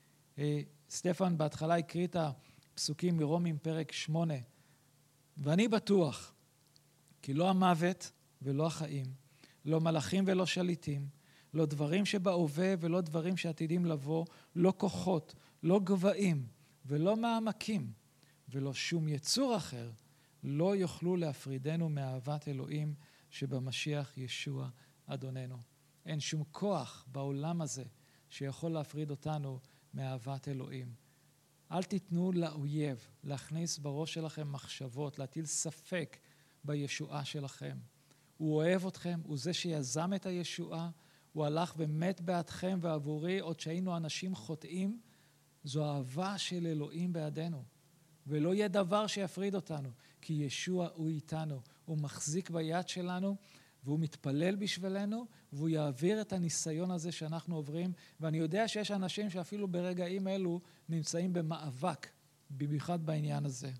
סטפן בהתחלה הקריא את הפסוקים מרומים פרק שמונה. ואני בטוח כי לא המוות ולא החיים, לא מלאכים ולא שליטים, לא דברים שבהווה ולא דברים שעתידים לבוא, לא כוחות, לא גבהים ולא מעמקים, ולא שום יצור אחר, לא יוכלו להפרידנו מאהבת אלוהים שבמשיח ישוע אדוננו. אין שום כוח בעולם הזה שיכול להפריד אותנו מאהבת אלוהים. אל תיתנו לאויב להכניס בראש שלכם מחשבות, להטיל ספק בישועה שלכם. הוא אוהב אתכם, הוא זה שיזם את הישועה, הוא הלך ומת בעדכם ועבורי, עוד שהיינו אנשים חוטאים, זו אהבה של אלוהים בעדנו. ולא יהיה דבר שיפריד אותנו, כי ישוע הוא איתנו, הוא מחזיק ביד שלנו, והוא מתפלל בשבילנו, והוא יעביר את הניסיון הזה שאנחנו עוברים, ואני יודע שיש אנשים שאפילו ברגעים אלו נמצאים במאבק, במיוחד בעניין הזה.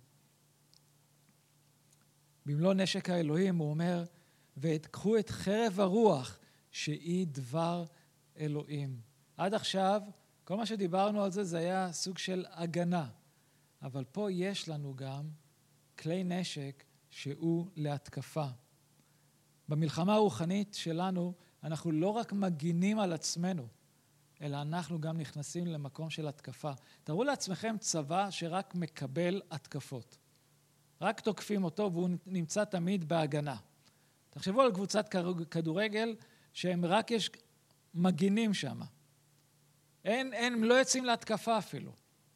במלוא נשק האלוהים הוא אומר, ותקחו את חרב הרוח שהיא דבר אלוהים. עד עכשיו, כל מה שדיברנו על זה, זה היה סוג של הגנה. אבל פה יש לנו גם כלי נשק שהוא להתקפה. במלחמה הרוחנית שלנו, אנחנו לא רק מגינים על עצמנו, אלא אנחנו גם נכנסים למקום של התקפה. תראו לעצמכם צבא שרק מקבל התקפות. רק תוקפים אותו והוא נמצא תמיד בהגנה. תחשבו על קבוצת כדורגל שהם רק יש מגינים שם. אין, אין, הם לא יוצאים להתקפה אפילו.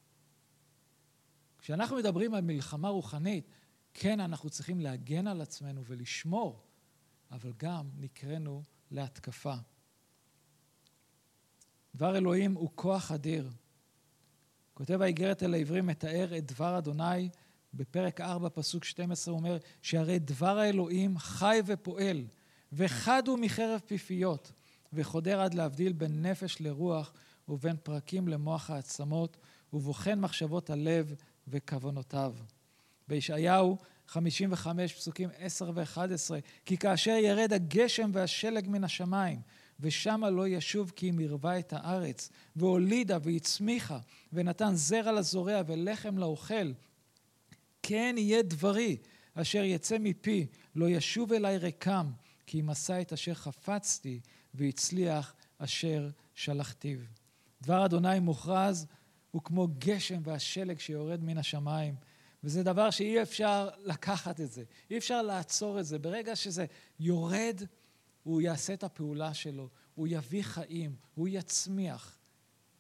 כשאנחנו מדברים על מלחמה רוחנית, כן, אנחנו צריכים להגן על עצמנו ולשמור, אבל גם נקראנו להתקפה. דבר אלוהים הוא כוח אדיר. כותב האיגרת אל העברים מתאר את דבר אדוני בפרק ארבע פסוק שתים עשרה, הוא אומר שהרי דבר האלוהים חי ופועל, וחד הוא מחרב פיפיות, וחודר עד להבדיל בין נפש לרוח ובין פרקים למוח העצמות, ובוחן מחשבות הלב וכוונותיו. בישעיהו חמישים וחמש פסוקים עשר ואחת עשרה, כי כאשר ירד הגשם והשלג מן השמיים, ושמה לא ישוב כי מרווה את הארץ, והולידה והצמיחה, ונתן זרע לזורע ולחם לאוכל, כן יהיה דברי אשר יצא מפי, לא ישוב אליי ריקם, כי אם עשה את אשר חפצתי, והצליח אשר שלחתיו. דבר אדוני מוכרז, הוא כמו גשם והשלג שיורד מן השמיים, וזה דבר שאי אפשר לקחת את זה, אי אפשר לעצור את זה. ברגע שזה יורד, הוא יעשה את הפעולה שלו, הוא יביא חיים, הוא יצמיח.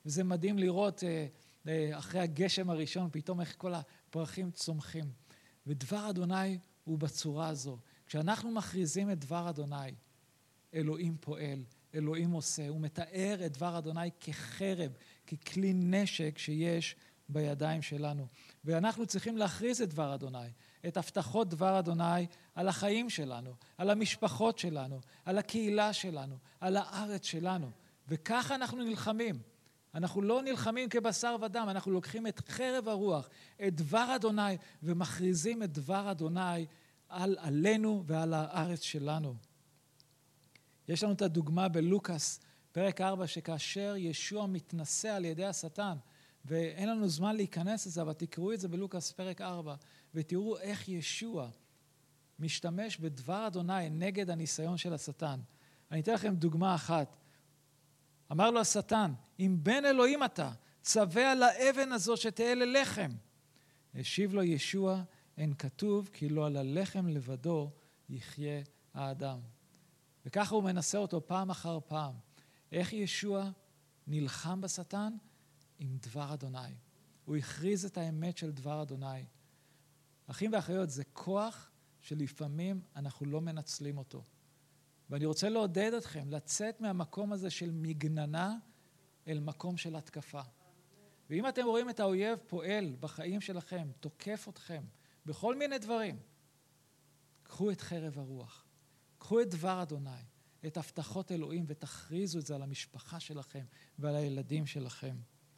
וזה מדהים לראות אחרי הגשם הראשון, פתאום איך כל הפרחים צומחים. ודבר אדוני הוא בצורה הזו. כשאנחנו מכריזים את דבר אדוני, אלוהים פועל, אלוהים עושה. הוא מתאר את דבר אדוני כחרב, ככלי נשק שיש בידיים שלנו. ואנחנו צריכים להכריז את דבר אדוני, את הבטחות דבר אדוני על החיים שלנו, על המשפחות שלנו, על הקהילה שלנו, על הארץ שלנו. וככה אנחנו נלחמים. אנחנו לא נלחמים כבשר ודם, אנחנו לוקחים את חרב הרוח, את דבר אדוני, ומכריזים את דבר אדוני על עלינו ועל הארץ שלנו. יש לנו את הדוגמה בלוקאס, פרק ארבע, שכאשר ישוע מתנשא על ידי השטן, ואין לנו זמן להיכנס לזה, אבל תקראו את זה בלוקאס פרק ארבע, ותראו איך ישוע משתמש בדבר אדוני נגד הניסיון של השטן. אני אתן לכם דוגמה אחת. אמר לו השטן, אם בן אלוהים אתה, צווה על האבן הזו שתהיה ללחם. השיב לו ישוע, אין כתוב, כי לא על הלחם לבדו יחיה האדם. וככה הוא מנסה אותו פעם אחר פעם. איך ישוע נלחם בשטן? עם דבר אדוני. הוא הכריז את האמת של דבר אדוני. אחים ואחיות, זה כוח שלפעמים אנחנו לא מנצלים אותו. ואני רוצה לעודד אתכם לצאת מהמקום הזה של מגננה אל מקום של התקפה. ואם אתם רואים את האויב פועל בחיים שלכם, תוקף אתכם בכל מיני דברים, קחו את חרב הרוח, קחו את דבר אדוני, את הבטחות אלוהים, ותכריזו את זה על המשפחה שלכם ועל הילדים שלכם.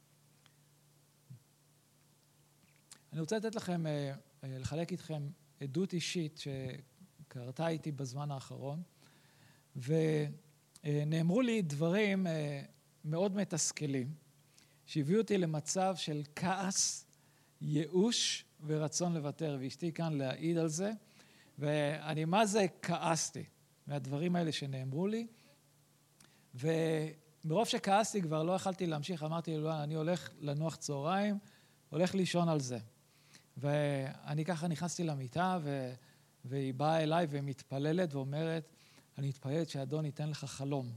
אני רוצה לתת לכם, לחלק איתכם עדות אישית שקרתה איתי בזמן האחרון, ונאמרו לי דברים מאוד מתסכלים, שהביאו אותי למצב של כעס, ייאוש ורצון לוותר, ואשתי כאן להעיד על זה, ואני מה זה כעסתי מהדברים האלה שנאמרו לי, ומרוב שכעסתי כבר לא יכלתי להמשיך, אמרתי לו, אני הולך לנוח צהריים, הולך לישון על זה. ואני ככה נכנסתי למיטה, ו... והיא באה אליי ומתפללת ואומרת, אני מתפללת שהאדון ייתן לך חלום.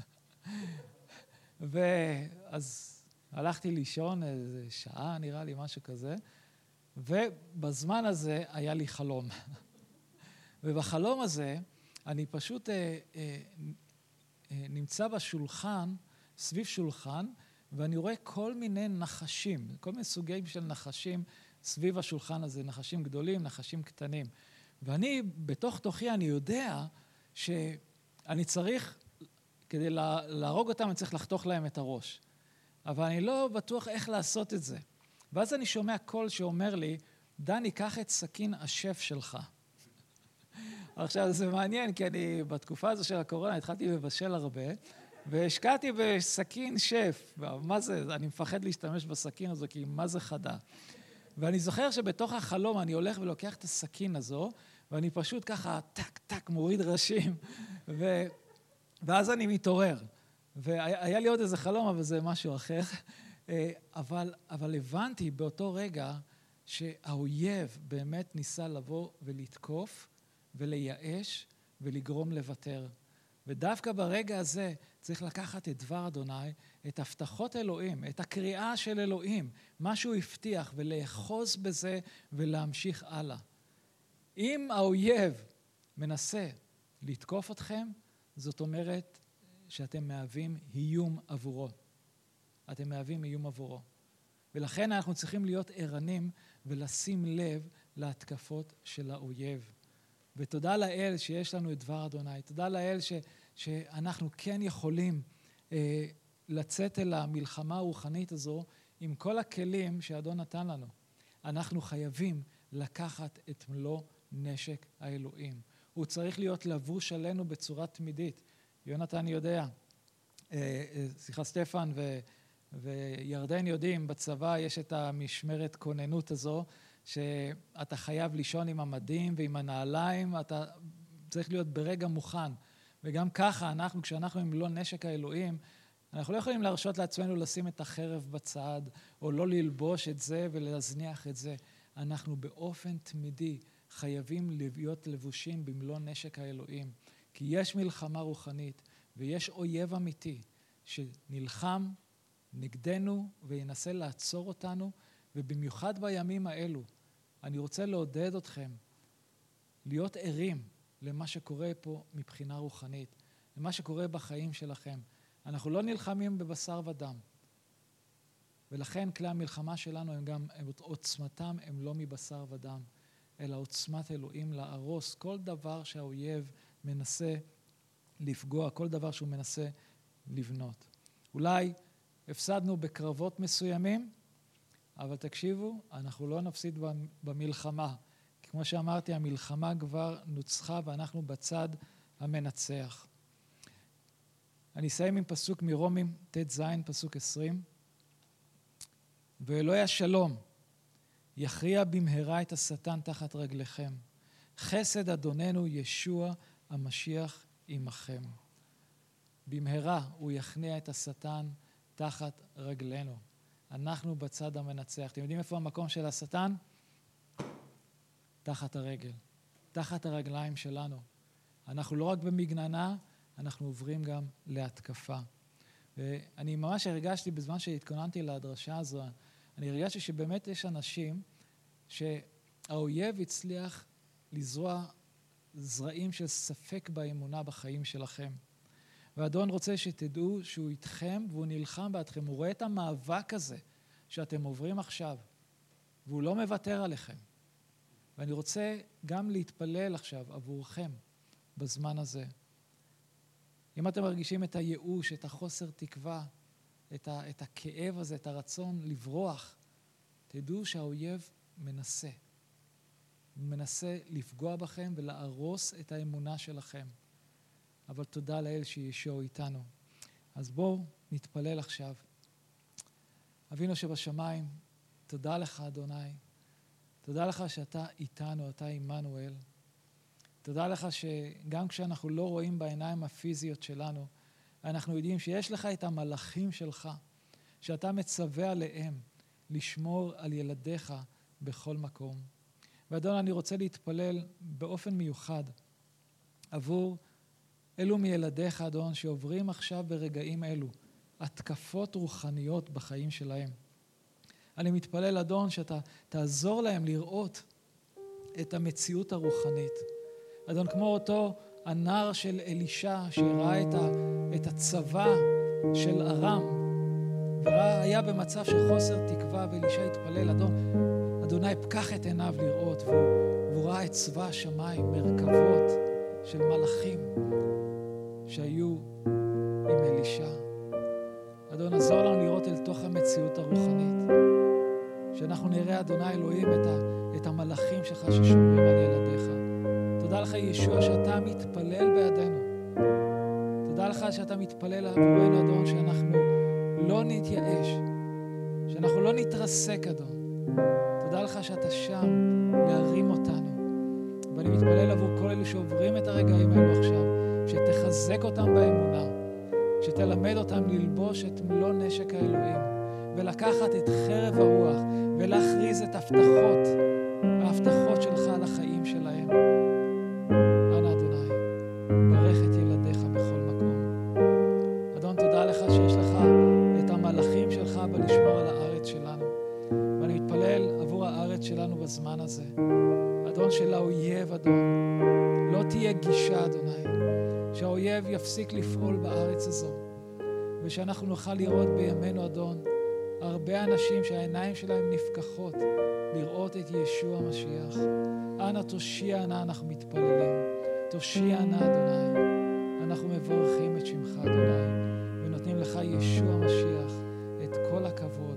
ואז הלכתי לישון איזה שעה, נראה לי משהו כזה, ובזמן הזה היה לי חלום. ובחלום הזה אני פשוט אה, אה, אה, נמצא בשולחן, סביב שולחן, ואני רואה כל מיני נחשים, כל מיני סוגים של נחשים סביב השולחן הזה, נחשים גדולים, נחשים קטנים. ואני, בתוך תוכי, אני יודע שאני צריך, כדי להרוג אותם, אני צריך לחתוך להם את הראש. אבל אני לא בטוח איך לעשות את זה. ואז אני שומע קול שאומר לי, דני, קח את סכין השף שלך. עכשיו, זה מעניין, כי אני בתקופה הזו של הקורונה התחלתי לבשל הרבה, והשקעתי בסכין שף. מה זה? אני מפחד להשתמש בסכין הזו, כי מה זה חדה. ואני זוכר שבתוך החלום אני הולך ולוקח את הסכין הזו, ואני פשוט ככה טק טק מוריד ראשים, ו... ואז אני מתעורר. והיה לי עוד איזה חלום, אבל זה משהו אחר. אבל, אבל הבנתי באותו רגע שהאויב באמת ניסה לבוא ולתקוף ולייאש ולגרום לוותר. ודווקא ברגע הזה צריך לקחת את דבר אדוני, את הבטחות אלוהים, את הקריאה של אלוהים, מה שהוא הבטיח, ולאחוז בזה ולהמשיך הלאה. אם האויב מנסה לתקוף אתכם, זאת אומרת שאתם מהווים איום עבורו. אתם מהווים איום עבורו. ולכן אנחנו צריכים להיות ערנים ולשים לב להתקפות של האויב. ותודה לאל שיש לנו את דבר אדוני. תודה לאל ש, שאנחנו כן יכולים אה, לצאת אל המלחמה הרוחנית הזו עם כל הכלים שאדון נתן לנו. אנחנו חייבים לקחת את מלוא נשק האלוהים. הוא צריך להיות לבוש עלינו בצורה תמידית. יונתן יודע, סליחה סטפן ו, וירדן יודעים, בצבא יש את המשמרת כוננות הזו, שאתה חייב לישון עם המדים ועם הנעליים, אתה צריך להיות ברגע מוכן. וגם ככה אנחנו, כשאנחנו עם לא נשק האלוהים, אנחנו לא יכולים להרשות לעצמנו לשים את החרב בצד, או לא ללבוש את זה ולהזניח את זה. אנחנו באופן תמידי חייבים להיות לבושים במלוא נשק האלוהים. כי יש מלחמה רוחנית, ויש אויב אמיתי שנלחם נגדנו וינסה לעצור אותנו, ובמיוחד בימים האלו, אני רוצה לעודד אתכם להיות ערים למה שקורה פה מבחינה רוחנית, למה שקורה בחיים שלכם. אנחנו לא נלחמים בבשר ודם, ולכן כלי המלחמה שלנו הם גם, עוצמתם הם לא מבשר ודם, אלא עוצמת אלוהים להרוס כל דבר שהאויב מנסה לפגוע, כל דבר שהוא מנסה לבנות. אולי הפסדנו בקרבות מסוימים, אבל תקשיבו, אנחנו לא נפסיד במלחמה. כמו שאמרתי, המלחמה כבר נוצחה ואנחנו בצד המנצח. אני אסיים עם פסוק מרומים, ת' פסוק עשרים. ואלוהי השלום יכריע במהרה את השטן תחת רגליכם. חסד אדוננו ישוע המשיח עמכם. במהרה הוא יכניע את השטן תחת רגלינו. אנחנו בצד המנצח. אתם יודעים איפה המקום של השטן? תחת הרגל, תחת הרגליים שלנו. אנחנו לא רק במגננה, אנחנו עוברים גם להתקפה. ואני ממש הרגשתי בזמן שהתכוננתי להדרשה הזו, אני הרגשתי שבאמת יש אנשים שהאויב הצליח לזרוע זרעים של ספק באמונה בחיים שלכם. והאדון רוצה שתדעו שהוא איתכם והוא נלחם בעדכם. הוא רואה את המאבק הזה שאתם עוברים עכשיו, והוא לא מוותר עליכם. ואני רוצה גם להתפלל עכשיו עבורכם בזמן הזה. אם אתם מרגישים את הייאוש, את החוסר תקווה, את, ה, את הכאב הזה, את הרצון לברוח, תדעו שהאויב מנסה. הוא מנסה לפגוע בכם ולהרוס את האמונה שלכם. אבל תודה לאל שישוע איתנו. אז בואו נתפלל עכשיו. אבינו שבשמיים, תודה לך אדוני. תודה לך שאתה איתנו, אתה עמנואל. תודה לך שגם כשאנחנו לא רואים בעיניים הפיזיות שלנו, אנחנו יודעים שיש לך את המלאכים שלך, שאתה מצווה עליהם לשמור על ילדיך בכל מקום. ואדון, אני רוצה להתפלל באופן מיוחד עבור אלו מילדיך, אדון, שעוברים עכשיו ברגעים אלו התקפות רוחניות בחיים שלהם. אני מתפלל, אדון, שאתה תעזור להם לראות את המציאות הרוחנית. אדון, כמו אותו הנער של אלישע שראה את, ה, את הצבא של ארם, והיה במצב של חוסר תקווה, ואלישע התפלל, אדון, אדוני פקח את עיניו לראות, והוא, והוא ראה את צבא השמיים, מרכבות של מלאכים שהיו עם אלישע. אדון, עזור לנו לראות אל תוך המציאות הרוחנית, שאנחנו נראה, אדוני אלוהים, את, ה, את המלאכים שלך ששומרים על ילדיך. תודה לך, ישוע, שאתה מתפלל בעדנו. תודה לך שאתה מתפלל עבורנו, אדון, שאנחנו לא נתייאש, שאנחנו לא נתרסק, אדון. תודה לך שאתה שם להרים אותנו. ואני מתפלל עבור כל אלו שעוברים את הרגעים האלו עכשיו, שתחזק אותם באמונה, שתלמד אותם ללבוש את מלוא נשק האלוהים, ולקחת את חרב הרוח, ולהכריז את הבטחות, ההבטחות שלך על החיים שלהם. אנא אדוני, ברך את ילדיך בכל מקום. אדון, תודה לך שיש לך את המלאכים שלך בלשמור על הארץ שלנו. ואני מתפלל עבור הארץ שלנו בזמן הזה. אדון, של האויב, אדון, לא תהיה גישה, אדוני, שהאויב יפסיק לפעול בארץ הזו, ושאנחנו נוכל לראות בימינו, אדון, הרבה אנשים שהעיניים שלהם נפקחות לראות את ישוע המשיח. אנא תושיע נא, אנחנו מתפללים. תושיע נא, אדוני. אנחנו מברכים את שמך, אדוני, ונותנים לך ישוע המשיח את כל הכבוד.